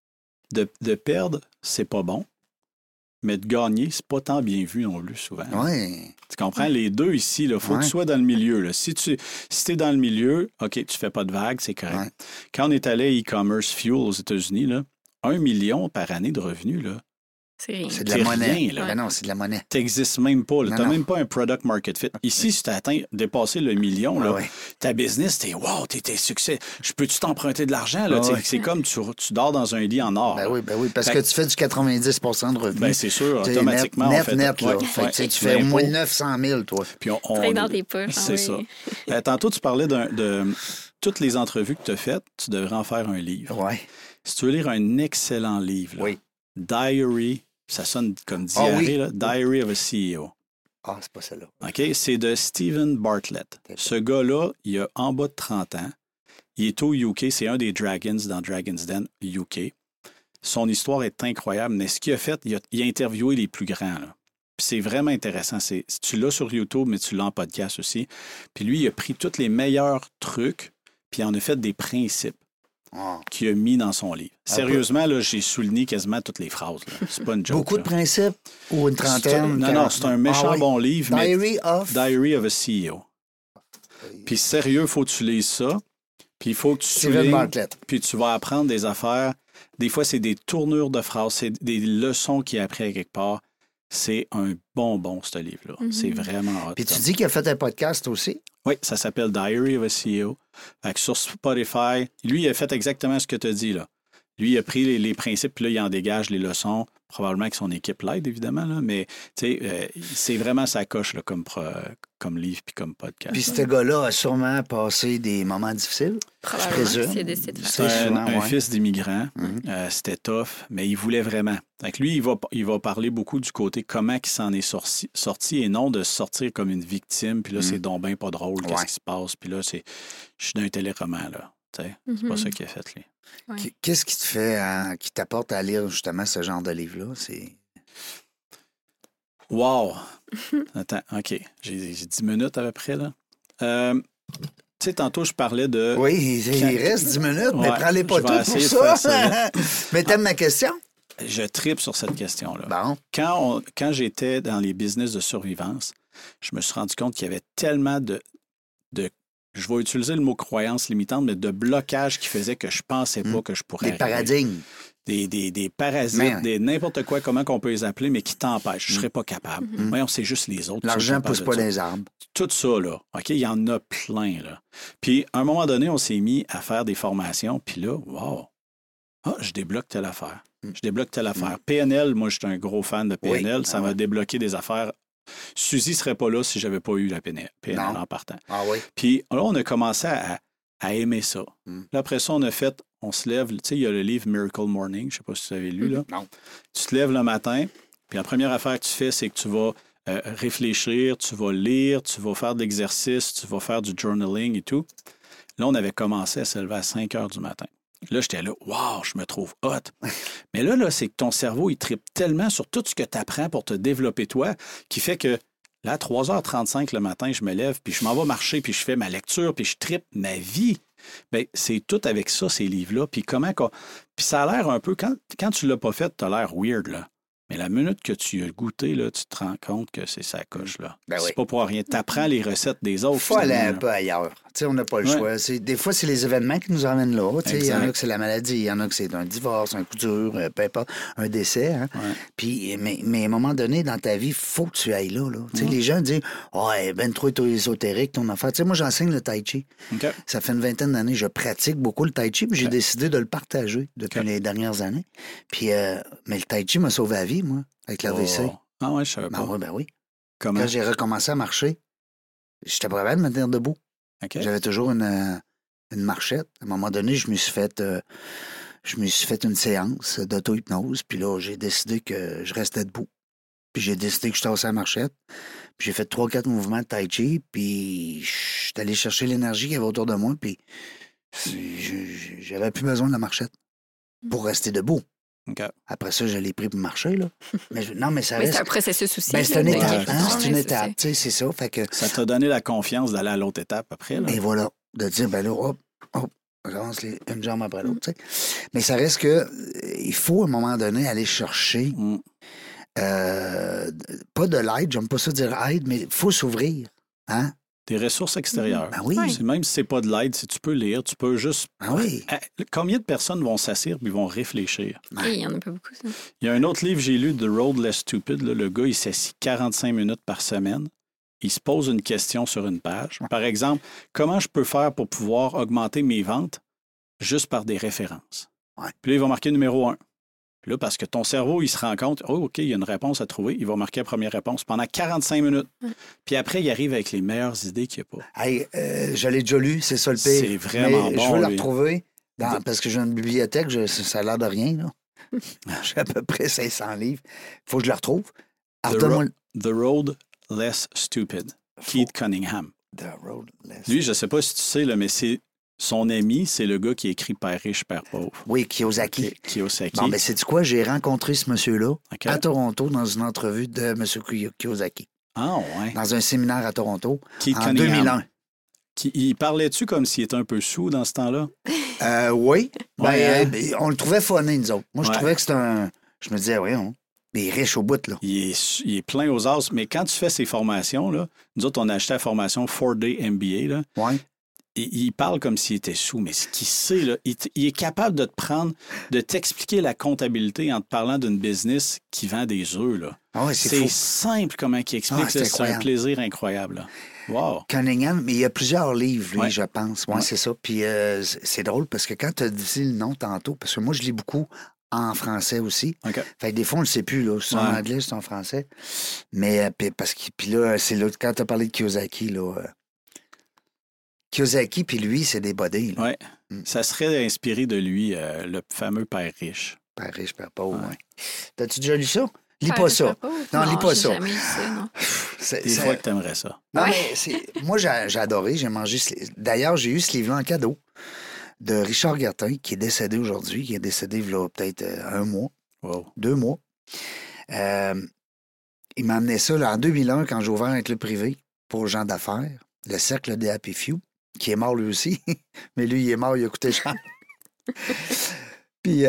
de perdre, c'est pas bon. Mais de gagner, c'est pas tant bien vu non plus souvent. Oui. Tu comprends? Les deux ici, il faut que Ouais. tu sois dans le milieu. Là. Si tu es dans le milieu, OK, tu fais pas de vagues, c'est correct. Ouais. Quand on est allé à e-commerce fuel aux États-Unis, là, 1 million par année de revenus, là, C'est rien. C'est de la C'est monnaie. rien, là. Ben non, c'est de la monnaie. t'existes même pas. Tu Non, n'as non. même pas un product market fit. Ici, si tu as dépassé le million, là, Ouais. ta business, t'es wow, t'es succès. Je peux-tu t'emprunter de l'argent? Là? Ouais. C'est comme tu dors dans un lit en or. Ben là. oui, parce Fait que que- tu fais du 90 de revenus. Ben, c'est sûr, Tu sais, automatiquement. Net, on fait net, là. ouais, Fait que, ouais, tu sais, tu fais au l'impôt. moins 900 000, toi. Puis on Traîne dans tes poches. C'est oui. ça. Tantôt, tu parlais de toutes les entrevues que tu as faites, tu devrais en faire un livre. Ouais. Si tu veux lire un excellent livre, là, Oui. Diary, ça sonne comme Ah diarrhée, oui. là, Diary of a CEO. Ah, c'est pas celle-là. OK? C'est de Stephen Bartlett. Ce gars-là, il a en bas de 30 ans. Il est au UK. C'est un des Dragons dans Dragon's Den UK. Son histoire est incroyable. Mais ce qu'il a fait, il a interviewé les plus grands. Là. Puis c'est vraiment intéressant. Tu l'as sur YouTube, mais tu l'as en podcast aussi. Puis lui, il a pris tous les meilleurs trucs, puis il en a fait des principes qu'il a mis dans son livre. Sérieusement, là, j'ai souligné quasiment toutes les phrases. Là. C'est pas une joke. Beaucoup de principes ou une trentaine? Non, c'est un méchant bon livre. Diary of a CEO. Puis sérieux, il faut que tu lises ça. Puis il faut que tu Steven Bartlett. Puis tu vas apprendre des affaires. Des fois, c'est des tournures de phrases, c'est des leçons qu'il a appris à quelque part. C'est un bonbon, ce livre-là. C'est vraiment hot. Puis tu dis qu'il a fait un podcast aussi? Oui, ça s'appelle Diary of a CEO. Fait que sur Spotify, lui, il a fait exactement ce que tu as dit, là. Lui, il a pris les principes, puis là, il en dégage les leçons. Probablement que son équipe l'aide, évidemment, là, mais c'est vraiment sa coche là, comme livre puis comme podcast. Puis ce gars-là a sûrement passé des moments difficiles, je présume. C'est un fils d'immigrant. C'était tough, mais il voulait vraiment. Donc lui, il va parler beaucoup du côté comment il s'en est sorti et non de sortir comme une victime. Puis là, c'est donc ben pas drôle, qu'est-ce qui se passe. Puis là, je suis dans un téléroman, là. C'est pas ça qu'il a fait, lui. Ouais. Qu'est-ce qui te fait, qui t'apporte à lire justement ce genre de livre-là? Wow! Attends, OK. J'ai 10 minutes à peu près, là. Tu sais, tantôt, je parlais de... Oui, il reste 10 minutes, mais prends-les pas toutes pour ça. Mais t'aimes ma question? Je tripe sur cette question-là. Bon. Quand j'étais dans les business de survivance, je me suis rendu compte qu'il y avait tellement de je vais utiliser le mot croyance limitante, mais de blocage qui faisait que je pensais pas que je pourrais. Des paradigmes. Des parasites, n'importe quoi, comment qu'on peut les appeler, mais qui t'empêchent. Je serais pas capable. Voyons, c'est juste les autres. L'argent ne pousse pas les arbres. Tout ça, là. OK, il y en a plein, là. Puis, à un moment donné, on s'est mis à faire des formations, puis là, wow! Ah, je débloque telle affaire. Je débloque telle affaire. PNL, moi, je suis un gros fan de PNL. Ça m'a débloqué des affaires. Suzy ne serait pas là si je n'avais pas eu la PNL en partant. Ah oui. Puis là, on a commencé à aimer ça. Là, après ça, on se lève. Tu sais, il y a le livre Miracle Morning. Je ne sais pas si tu avais lu, là. Non. Tu te lèves le matin, puis la première affaire que tu fais, c'est que tu vas réfléchir, tu vas lire, tu vas faire de l'exercice, tu vas faire du journaling et tout. Là, on avait commencé à se lever à 5 heures du matin. Là, j'étais là, wow, je me trouve hot. Mais là, c'est que ton cerveau, il trippe tellement sur tout ce que tu apprends pour te développer toi, qui fait que là, à 3h35 le matin, je me lève, puis je m'en vais marcher, puis je fais ma lecture, puis je trippe ma vie. Bien, c'est tout avec ça, ces livres-là. Puis puis ça a l'air un peu, quand tu ne l'as pas fait, tu as l'air weird, là. Mais la minute que tu as goûté, là, tu te rends compte que c'est sa coche, là. Ben c'est pas pour rien. Tu apprends les recettes des autres. Il faut aller un peu ailleurs. T'sais, on n'a pas le choix. Des fois, c'est les événements qui nous emmènent là. Il y en a que c'est la maladie, il y en a que c'est un divorce, un coup dur, peu importe, un décès. Hein? Puis, mais à un moment donné, dans ta vie, il faut que tu ailles là. Les gens disent « Oh, ben trop ésotérique, ton affaire. » Moi, j'enseigne le tai chi. Okay. Ça fait une vingtaine d'années. Je pratique beaucoup le tai chi, puis j'ai décidé de le partager depuis les dernières années. Puis, mais le tai chi m'a sauvé la vie, moi, avec l'AVC. Ah ouais, je savais pas. Ben oui. Comment? Quand j'ai recommencé à marcher, j'étais pas capable de me tenir debout. Okay. J'avais toujours une marchette. À un moment donné, je me suis fait une séance d'auto-hypnose. Puis là, j'ai décidé que je restais debout. Puis j'ai décidé que je tassais la marchette. Puis j'ai fait 3-4 mouvements de tai chi. Puis je suis allé chercher l'énergie qu'il y avait autour de moi. Puis j'avais plus besoin de la marchette pour rester debout. Okay. Après ça, je l'ai pris pour marcher, là. Mais ça reste... c'est un processus aussi. Ben, c'est une étape, c'est une étape, tu sais, c'est ça. Fait que... Ça t'a donné la confiance d'aller à l'autre étape après, là. Et voilà, de dire, ben là, hop, on avance une jambe après l'autre, tu sais. Mais ça reste que, il faut, à un moment donné, aller chercher, pas de l'aide, j'aime pas ça dire aide, mais il faut s'ouvrir, hein? Des ressources extérieures. Ben oui. Même si c'est pas de l'aide, si tu peux lire, tu peux juste... Ben oui. Combien de personnes vont s'asseoir et vont réfléchir? Il y en a pas beaucoup, ça. Il y a un autre livre que j'ai lu, The Road Less Stupid. Là, le gars, il s'assit 45 minutes par semaine. Il se pose une question sur une page. Par exemple, comment je peux faire pour pouvoir augmenter mes ventes juste par des références? Puis là, il va marquer numéro 1. Puis là, parce que ton cerveau, il se rend compte, oh, OK, il y a une réponse à trouver. Il va marquer la première réponse pendant 45 minutes. Puis après, il arrive avec les meilleures idées qu'il n'y a pas. Hey, je l'ai déjà lu, c'est ça le pire. C'est vraiment bon. Je veux le retrouver parce que j'ai une bibliothèque, ça a l'air de rien, là. J'ai à peu près 500 livres. Il faut que je le retrouve. The Road Less Stupid. Keith Cunningham. The Road Less. Lui, je ne sais pas si tu sais, là, mais c'est Son ami, c'est le gars qui écrit Père riche, Père pauvre. Oui, Kiyosaki. Kiyosaki. Bon, ben, sais-tu quoi? J'ai rencontré ce monsieur-là OK. à Toronto dans une entrevue de M. Kiyosaki. Ah, ouais. Dans un séminaire à Toronto Keith en Cunningham. 2001. Il parlait-tu comme s'il était un peu sous dans ce temps-là? Oui. Ben, Ouais, hein? on le trouvait funny, nous autres. Moi, je Ouais. trouvais que c'était un... Je me disais, oui, il est riche au bout, là. Il est plein aux as. Mais quand tu fais ces formations, là, nous autres, on a acheté la formation 4-Day MBA. Là, Oui. et il parle comme s'il était sous. Mais ce qu'il sait, là, il est capable de te prendre, de t'expliquer la comptabilité en te parlant d'une business qui vend des œufs. Là. Ah ouais, c'est C'est fou. simple comment il explique. Ah, c'est c'est un incroyable. plaisir incroyable. Là. Wow. Cunningham, mais il y a plusieurs livres, lui, Ouais. je pense. Oui, Ouais. c'est ça. Puis c'est drôle parce que quand tu as dit le nom tantôt, parce que moi, je lis beaucoup en français aussi. OK. Fait que des fois, on ne le sait plus, là. C'est en Ouais. anglais, c'est en français. Mais puis là, c'est là, quand tu as parlé de Kiyosaki, là. Kiyosaki, puis lui, c'est des buddies, là. Ouais. Mm. Ça serait inspiré de lui, le fameux Père riche. Père riche, père pauvre, Ouais. ouais. T'as-tu déjà lu ça? Lis Père pas riche, ça. Père pauvre? Non, lis pas j'ai ça. jamais lu ça, non. Des fois que tu aimerais ça. Non, Ouais. mais moi, j'ai adoré. J'ai mangé D'ailleurs, j'ai eu ce livre-là en cadeau de Richard Gertin, qui est décédé aujourd'hui, qui est décédé il y a peut-être 1 mois, Wow. 2 mois. Il m'a amené ça là, en 2001, quand j'ai ouvert un club privé pour gens d'affaires, le Cercle des Happy Few, qui est mort lui aussi. Mais lui, il est mort, il a coûté cher. Puis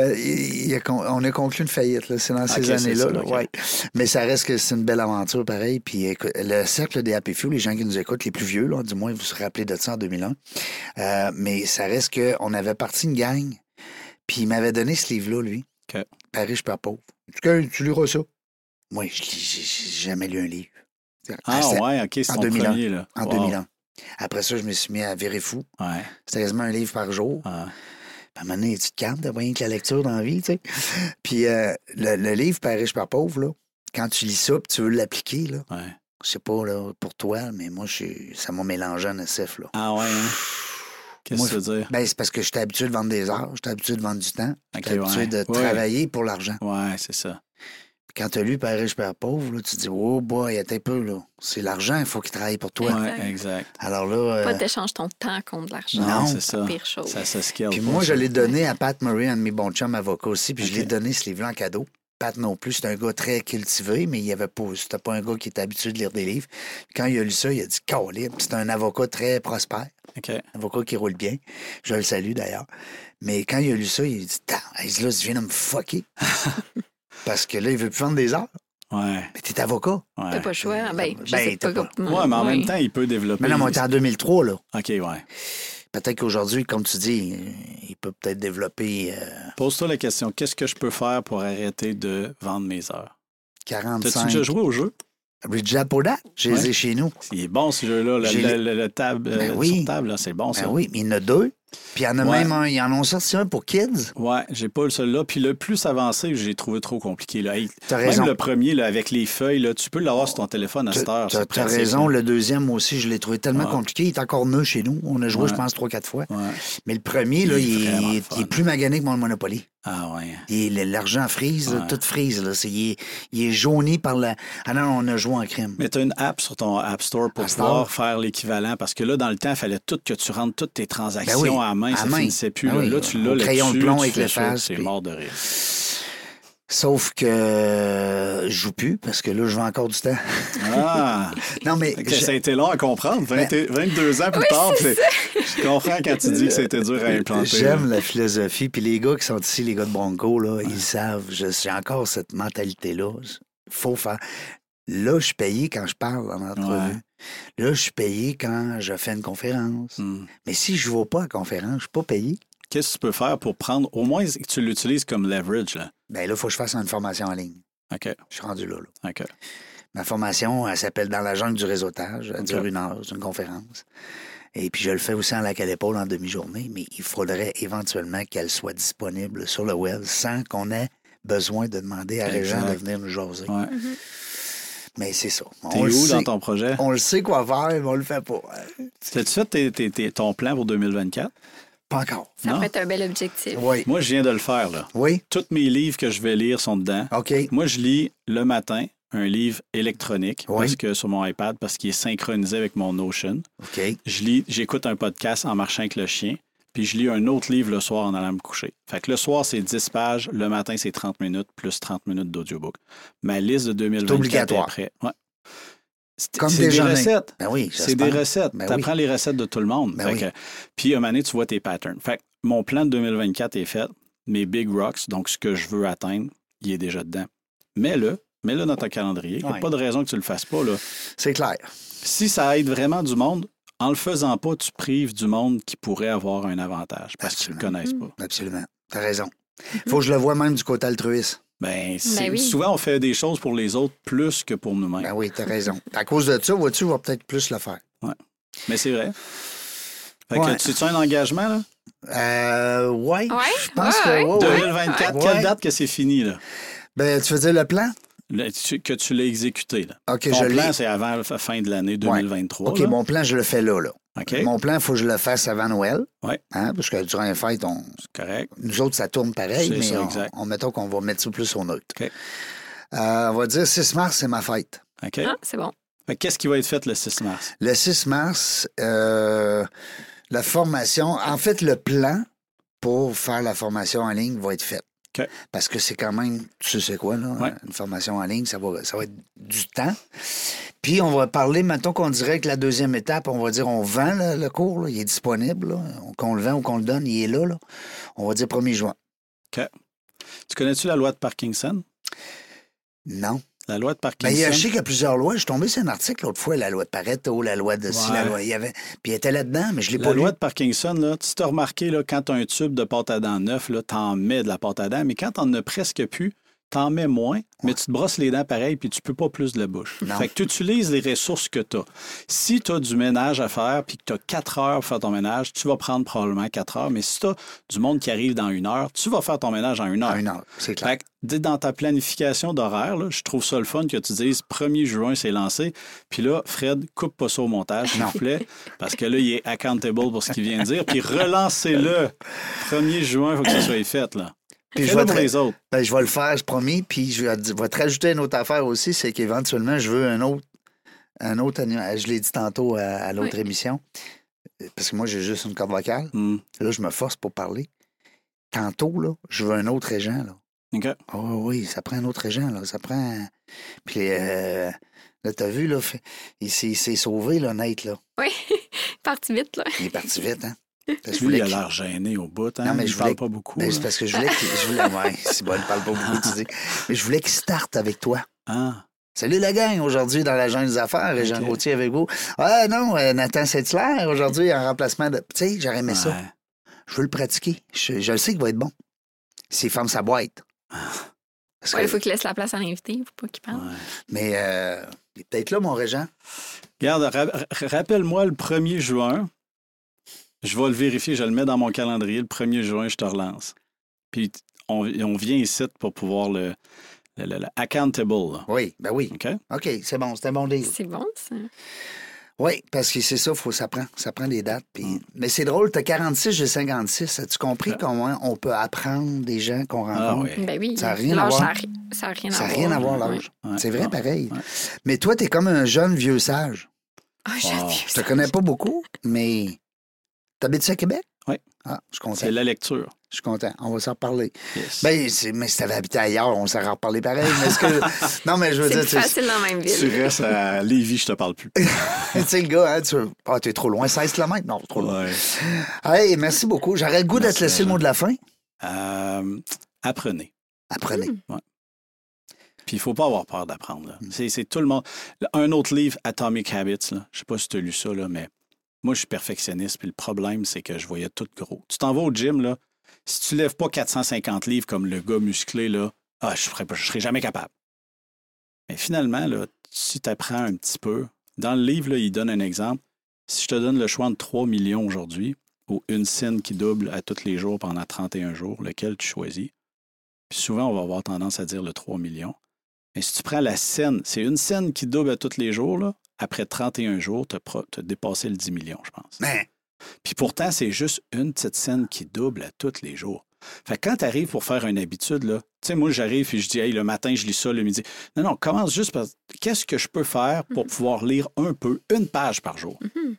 on a conclu une faillite, là. C'est dans ces Ok, c'est années-là. ça, Là, ok. ouais. Mais ça reste que c'est une belle aventure, pareil. Puis écoute, le Cercle des Happy Few, les gens qui nous écoutent, les plus vieux, là, du moins, vous vous rappelez de ça en 2001. Mais ça reste qu'on avait parti une gang, puis il m'avait donné ce livre-là, lui. OK. Père riche, Père pauvre. Tu liras ça? Moi, j'ai jamais lu un livre. Ah, C'était ouais, OK, c'est en ton 2001. premier, là. En Wow. 2001. Après ça, je me suis mis à virer fou. Ouais. C'était quasiment un livre par jour. Ah. À un moment donné, tu te calmes, t'as rien que la lecture dans la vie, tu sais. Puis le livre Père riche, Père pauvre, là, quand tu lis ça puis tu veux l'appliquer, là, Ouais. je sais pas là, pour toi, mais moi, ça m'a mélangé en SF, là. Ah, ouais, hein? Qu'est-ce Moi, que tu veux dire? Ben, c'est parce que j'étais habitué de vendre des heures, j'étais habitué de vendre du temps, j'étais Ok, habitué ouais. de Ouais. travailler pour l'argent. Ouais, c'est ça. Puis quand tu as lu Père riche, Père pauvre, là, tu te dis, oh boy, attends un peu, là. C'est l'argent, il faut qu'il travaille pour toi. Ouais, exact. Alors là. Pas t'échanges ton temps contre de l'argent. Non, c'est C'est ça. la pire chose. Ça se scale. Puis pas, moi, ça. je l'ai donné à Pat Murray, un de mes bons chums avocats aussi, puis je lui ai Ok. donné ce livre-là en cadeau. Pat non plus, c'est un gars très cultivé, mais c'était pas un gars qui était habitué de lire des livres. Puis quand il a lu ça, il a dit « Caliste », c'est un avocat très prospère, OK. un avocat qui roule bien. Je le salue d'ailleurs. Mais quand il a lu ça, il a dit « Là, tu viens de me fucker. » Parce que là, il veut plus vendre des heures. Ouais. Mais t'es avocat. Ouais. T'as pas le choix. Ben, je Ben, sais t'as pas. pas- comment- Ouais, mais en ouais. même temps, il peut développer. Mais non, mais on est en 2003, là. OK, ouais. Peut-être qu'aujourd'hui, comme tu dis, il peut peut-être développer Pose-toi la question, qu'est-ce que je peux faire pour arrêter de vendre mes heures? 45. T'as-tu déjà joué au jeu? Rich Dad Poor Dad, j'ai les ai Ouais. chez nous. Il est bon, ce jeu-là. J'ai Le table, Ben oui. sur table, là, c'est bon, ça. Ben oui, mais il y en a 2. Puis il y en a Ouais. même un. Ils en ont sorti un pour kids. Ouais, j'ai pas celui-là. Puis le plus avancé, j'ai trouvé trop compliqué. Là. Hey, T'as même raison. le premier, là, avec les feuilles, là, tu peux l'avoir sur ton téléphone à cette heure. T'as c'est pratique, raison. là. Le deuxième moi aussi, je l'ai trouvé tellement Ouais. compliqué. Il est encore neuf chez nous. On a joué, Ouais. je pense, 3-4 fois. Ouais. Mais le premier, là, Il est vraiment il fun. est plus magané que mon Monopoly. Ah ouais. L'argent frise, là, Ouais. tout frise. Là. Il est jauni par la... Ah non, on a joué en crime. Mais tu as une app sur ton App Store pour App pouvoir Store. faire l'équivalent. Parce que là, dans le temps, il fallait tout que tu rentres toutes tes transactions Ben oui, à la main. à Ça main. finissait plus. Ben là. oui, Là, tu au l'as crayon de là-dessus, plomb tu avec fais le ça, face, c'est puis- mort de rire. Sauf que je joue plus parce que là, je veux encore du temps. Ah! Non, mais... Ok, ça a été long à comprendre. 22 ans plus tard, je comprends quand tu dis que c'était dur à implanter. J'aime la philosophie. Puis les gars qui sont ici, les gars de Bronco, là, ils savent. J'ai encore cette mentalité-là. Il faut faire. Là, je suis payé quand je parle en entrevue. Ouais. Là, je suis payé quand je fais une conférence. Hmm. Mais si je ne vais pas à la conférence, je ne suis pas payé. Qu'est-ce que tu peux faire pour prendre, au moins que tu l'utilises comme leverage, là? Bien là, il faut que je fasse une formation en ligne. OK, Je suis rendu là. OK. Ma formation, elle s'appelle Dans la jungle du réseautage. Elle OK. dure 1 heure. C'est une conférence. Et puis, je le fais aussi en lac à l'épaule en demi-journée, mais il faudrait éventuellement qu'elle soit disponible sur le web sans qu'on ait besoin de demander à Régent Exact. de venir nous jaser. Ouais. Mais c'est ça. T'es On le où sait. dans ton projet? On le sait quoi faire, mais on le fait pas. As-tu fait ton plan pour 2024? Pas encore. Ça Non. pourrait être un bel objectif. Oui. Moi, je viens de le faire, là. Oui? Tous mes livres que je vais lire sont dedans. OK. Moi, je lis le matin un livre électronique Oui. parce que sur mon iPad, parce qu'il est synchronisé avec mon Notion. OK. J'écoute un podcast en marchant avec le chien. puis je lis un autre livre le soir en allant me coucher. Fait que le soir, c'est 10 pages, le matin, c'est 30 minutes, plus 30 minutes d'audiobook. Ma liste de 2024 est prête. Ouais. Comme c'est des recettes. Ben oui, c'est des recettes. Ben tu apprends les recettes de tout le monde. Puis, à un moment donné, tu vois tes patterns. Fait que mon plan de 2024 est fait. Mes big rocks, donc ce que je veux atteindre, il est déjà dedans. Mets-le dans ton calendrier. Il n'y a pas de raison que tu ne le fasses pas. Là. C'est clair. Si ça aide vraiment du monde, en le faisant pas, tu prives du monde qui pourrait avoir un avantage parce qu'ils ne le connaissent pas. Absolument. Tu as raison. Il faut que je le voie même du côté altruiste. Souvent, on fait des choses pour les autres plus que pour nous-mêmes. Ben oui, tu as raison. À cause de ça, vois-tu, on va peut-être plus le faire. Oui. Mais c'est vrai. Fait que tu as un engagement, là? Oui. Je pense que 2024, quelle date que c'est fini, là? Ben, tu veux dire le plan? Que tu l'as exécuté, là. OK, Ton plan, c'est avant la fin de l'année 2023. OK, là. mon plan, je le fais là. OK. Mon plan, il faut que je le fasse avant Noël. Oui. Hein, parce que durant les fêtes, c'est correct. Nous autres, ça tourne pareil, mais mettons qu'on va mettre ça plus au neutre. OK. On va dire 6 mars, c'est ma fête. OK. Ah, c'est bon. Fait qu'est-ce qui va être fait le 6 mars? Le 6 mars, la formation, en fait, le plan pour faire la formation en ligne va être fait. Okay. Parce que c'est quand même, tu sais quoi, là, une formation en ligne, ça va être du temps. Puis on va parler, mettons qu'on dirait que la deuxième étape, on va dire on vend le cours, là, il est disponible, là, qu'on le vend ou qu'on le donne, il est là. On va dire 1er juin. OK. Tu connais-tu la loi de Parkinson? Non. La loi de Parkinson. Je sais qu'il y a plusieurs lois. Je suis tombé sur un article l'autre fois, la loi de Pareto, la loi de la loi. Il y avait. Puis elle était là-dedans, mais je l'ai pas lu. La loi de Parkinson, là, tu t'as remarqué, là, quand tu as un tube de pâte à dents neuf, tu en mets de la pâte à dents, mais quand tu n'en as presque plus, tu en mets moins, mais tu te brosses les dents pareil, puis tu peux pas plus de la bouche. Non. Fait que tu utilises les ressources que tu as. Si tu as du ménage à faire, puis que tu as 4 heures pour faire ton ménage, tu vas prendre probablement 4 heures, mais si tu as du monde qui arrive dans 1 heure, tu vas faire ton ménage en 1 heure. En 1 heure, c'est clair. Fait que dans ta planification d'horaire, là, je trouve ça le fun que tu dises 1er juin, c'est lancé. Puis là, Fred, coupe pas ça au montage, s'il vous plaît, parce que là, il est accountable pour ce qu'il vient de dire. Puis relancez-le. 1er juin, il faut que ça soit fait, là. Puis je vais les autres. Ben, je vais le faire, je promis. Puis je vais te rajouter une autre affaire aussi, c'est qu'éventuellement, je veux un autre je l'ai dit tantôt à l'autre émission, parce que moi, j'ai juste une corde vocale. Là, je me force pour parler. Tantôt, là, je veux un autre régent, là. OK. Oh, oui, ça prend un autre régent, là. Ça prend... Puis là, t'as vu, là, il s'est sauvé, là, Nate, là. Oui, il est parti vite, là. Il est parti vite, hein. Lui, il a l'air gêné au bout. Hein? Non, mais il parle pas beaucoup. Ben, c'est parce que je voulais c'est bon, il parle pas beaucoup, tu dis. Mais je voulais qu'il starte avec toi. Ah. Salut la gang, aujourd'hui dans la jungle des affaires, et Jean Gauthier avec vous. Ah non, Nathan Saint-Hilaire, aujourd'hui en remplacement de... Tu sais, j'aurais aimé ça. Je veux le pratiquer. Je le sais qu'il va être bon. S'il ferme sa boîte. Il faut qu'il laisse la place à l'invité, il ne faut pas qu'il parle. Ouais. Mais il est peut-être là, mon régent. Regarde, rappelle-moi le 1er juin. Je vais le vérifier, je le mets dans mon calendrier. Le 1er juin, je te relance. Puis, on vient ici pour pouvoir le accountable. Là. Oui, ben oui. OK, c'est bon, c'est un bon deal. C'est bon, ça. Oui, parce que c'est ça, ça prend des dates. Puis... Mais c'est drôle, tu as 46, j'ai 56. As-tu compris comment on peut apprendre des gens qu'on rencontre? Oui. Ben oui. Ça n'a rien à voir. Ça n'a rien à voir. Ça n'a rien à voir, l'âge. Ouais. C'est vrai, pareil. Ouais. Mais toi, tu es comme un jeune vieux sage. Je te connais pas beaucoup, mais... T'habites-tu à Québec? Oui. Ah, je suis content. C'est la lecture. Je suis content. On va s'en reparler. Yes. Mais si t'avais habité ailleurs, on s'en reparler pareil. Mais non, mais je veux dire... C'est facile dans la même ville. Tu restes à Lévis, je te parle plus. Tu sais, le gars, hein, t'es trop loin. 16 km? Non, trop loin. Ouais. Hey, merci beaucoup. J'aurais le goût de te laisser le mot de la fin. Apprenez. Apprenez. Ouais. Puis il ne faut pas avoir peur d'apprendre. C'est tout le monde. Un autre livre, Atomic Habits, je ne sais pas si tu as lu ça, là, mais moi, je suis perfectionniste. Puis le problème, c'est que je voyais tout gros. Tu t'en vas au gym, là, si tu ne lèves pas 450 livres comme le gars musclé, là, je ne serais jamais capable. Mais finalement, là, si tu apprends un petit peu, dans le livre, là, il donne un exemple. Si je te donne le choix entre 3 millions aujourd'hui ou une scène qui double à tous les jours pendant 31 jours, lequel tu choisis? Puis souvent, on va avoir tendance à dire le 3 millions. Mais si tu prends la scène, c'est une scène qui double à tous les jours, là, après 31 jours, tu as dépassé le 10 millions, je pense. Mais... Puis pourtant, c'est juste une petite scène qui double à tous les jours. Fait que quand tu arrives pour faire une habitude, là, tu sais, moi, j'arrive et je dis, hey, le matin, je lis ça, le midi. Non, commence juste par qu'est-ce que je peux faire pour pouvoir lire un peu, une page par jour?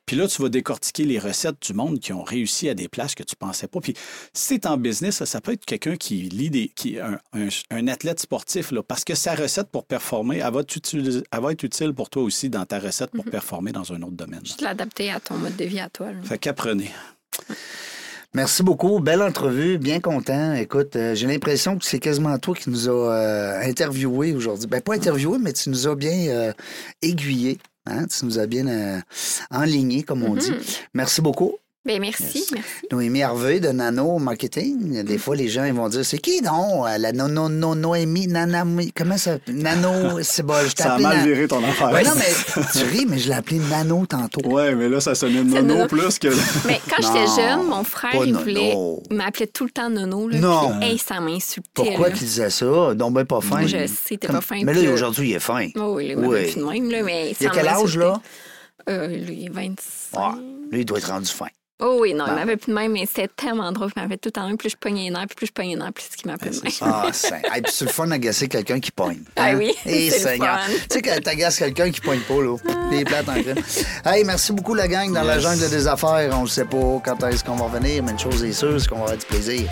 Puis là, tu vas décortiquer les recettes du monde qui ont réussi à des places que tu ne pensais pas. Puis si tu es en business, ça peut être quelqu'un qui lit un athlète sportif, là, parce que sa recette pour performer, elle va être utile pour toi aussi dans ta recette pour performer dans un autre domaine. Juste l'adapter à ton mode de vie à toi. Là. Fait qu'apprenez. Merci beaucoup. Belle entrevue. Bien content. Écoute, j'ai l'impression que c'est quasiment toi qui nous a interviewés aujourd'hui. Ben, pas interviewés, mais tu nous as bien aiguillés. Hein? Tu nous as bien enlignés, comme on dit. Merci beaucoup. Bien, merci. Noémie Harvey de Nano Marketing. Des fois, les gens ils vont dire, c'est qui donc? La Noémie, comment ça? Nano, c'est bon. Ça a mal viré ton affaire. Ouais, non, mais tu ris, mais je l'ai appelé Nano tantôt. Oui, mais là, ça sonnait Nono plus que... Mais quand j'étais jeune, mon frère, il m'appelait tout le temps Nono. Là, non. Puis, ça m'insultait. Pourquoi qu'il disait ça? Donc, ben pas fin. Je sais, t'es pas fin. Mais là, aujourd'hui, il est fin. Oh, oui, il est plus de même. Là, mais il a quel âge, là? Lui, il est 25. Ah, lui, il doit être rendu fin. Oh oui, non, il m'avait plus de même, mais c'était tellement drôle. Il m'avait tout le temps même. Plus je pognais les nerfs, plus je pognais les nerfs, plus ce qu'il m'appelait de même. Ah, c'est c'est le fun d'agacer quelqu'un qui pogne. Ah oui, c'est le fun. Tu sais, quand t'agaces quelqu'un qui pogne pas, là, des plates en crème. Hey, merci beaucoup, la gang, dans la jungle des affaires. On ne sait pas quand est-ce qu'on va revenir, mais une chose est sûre, c'est qu'on va avoir du plaisir.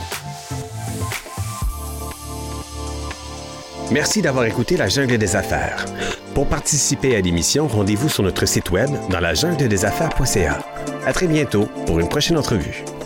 Merci d'avoir écouté La Jungle des Affaires. Pour participer à l'émission, rendez-vous sur notre site web dans lajungleDesAffaires.ca. À très bientôt pour une prochaine entrevue.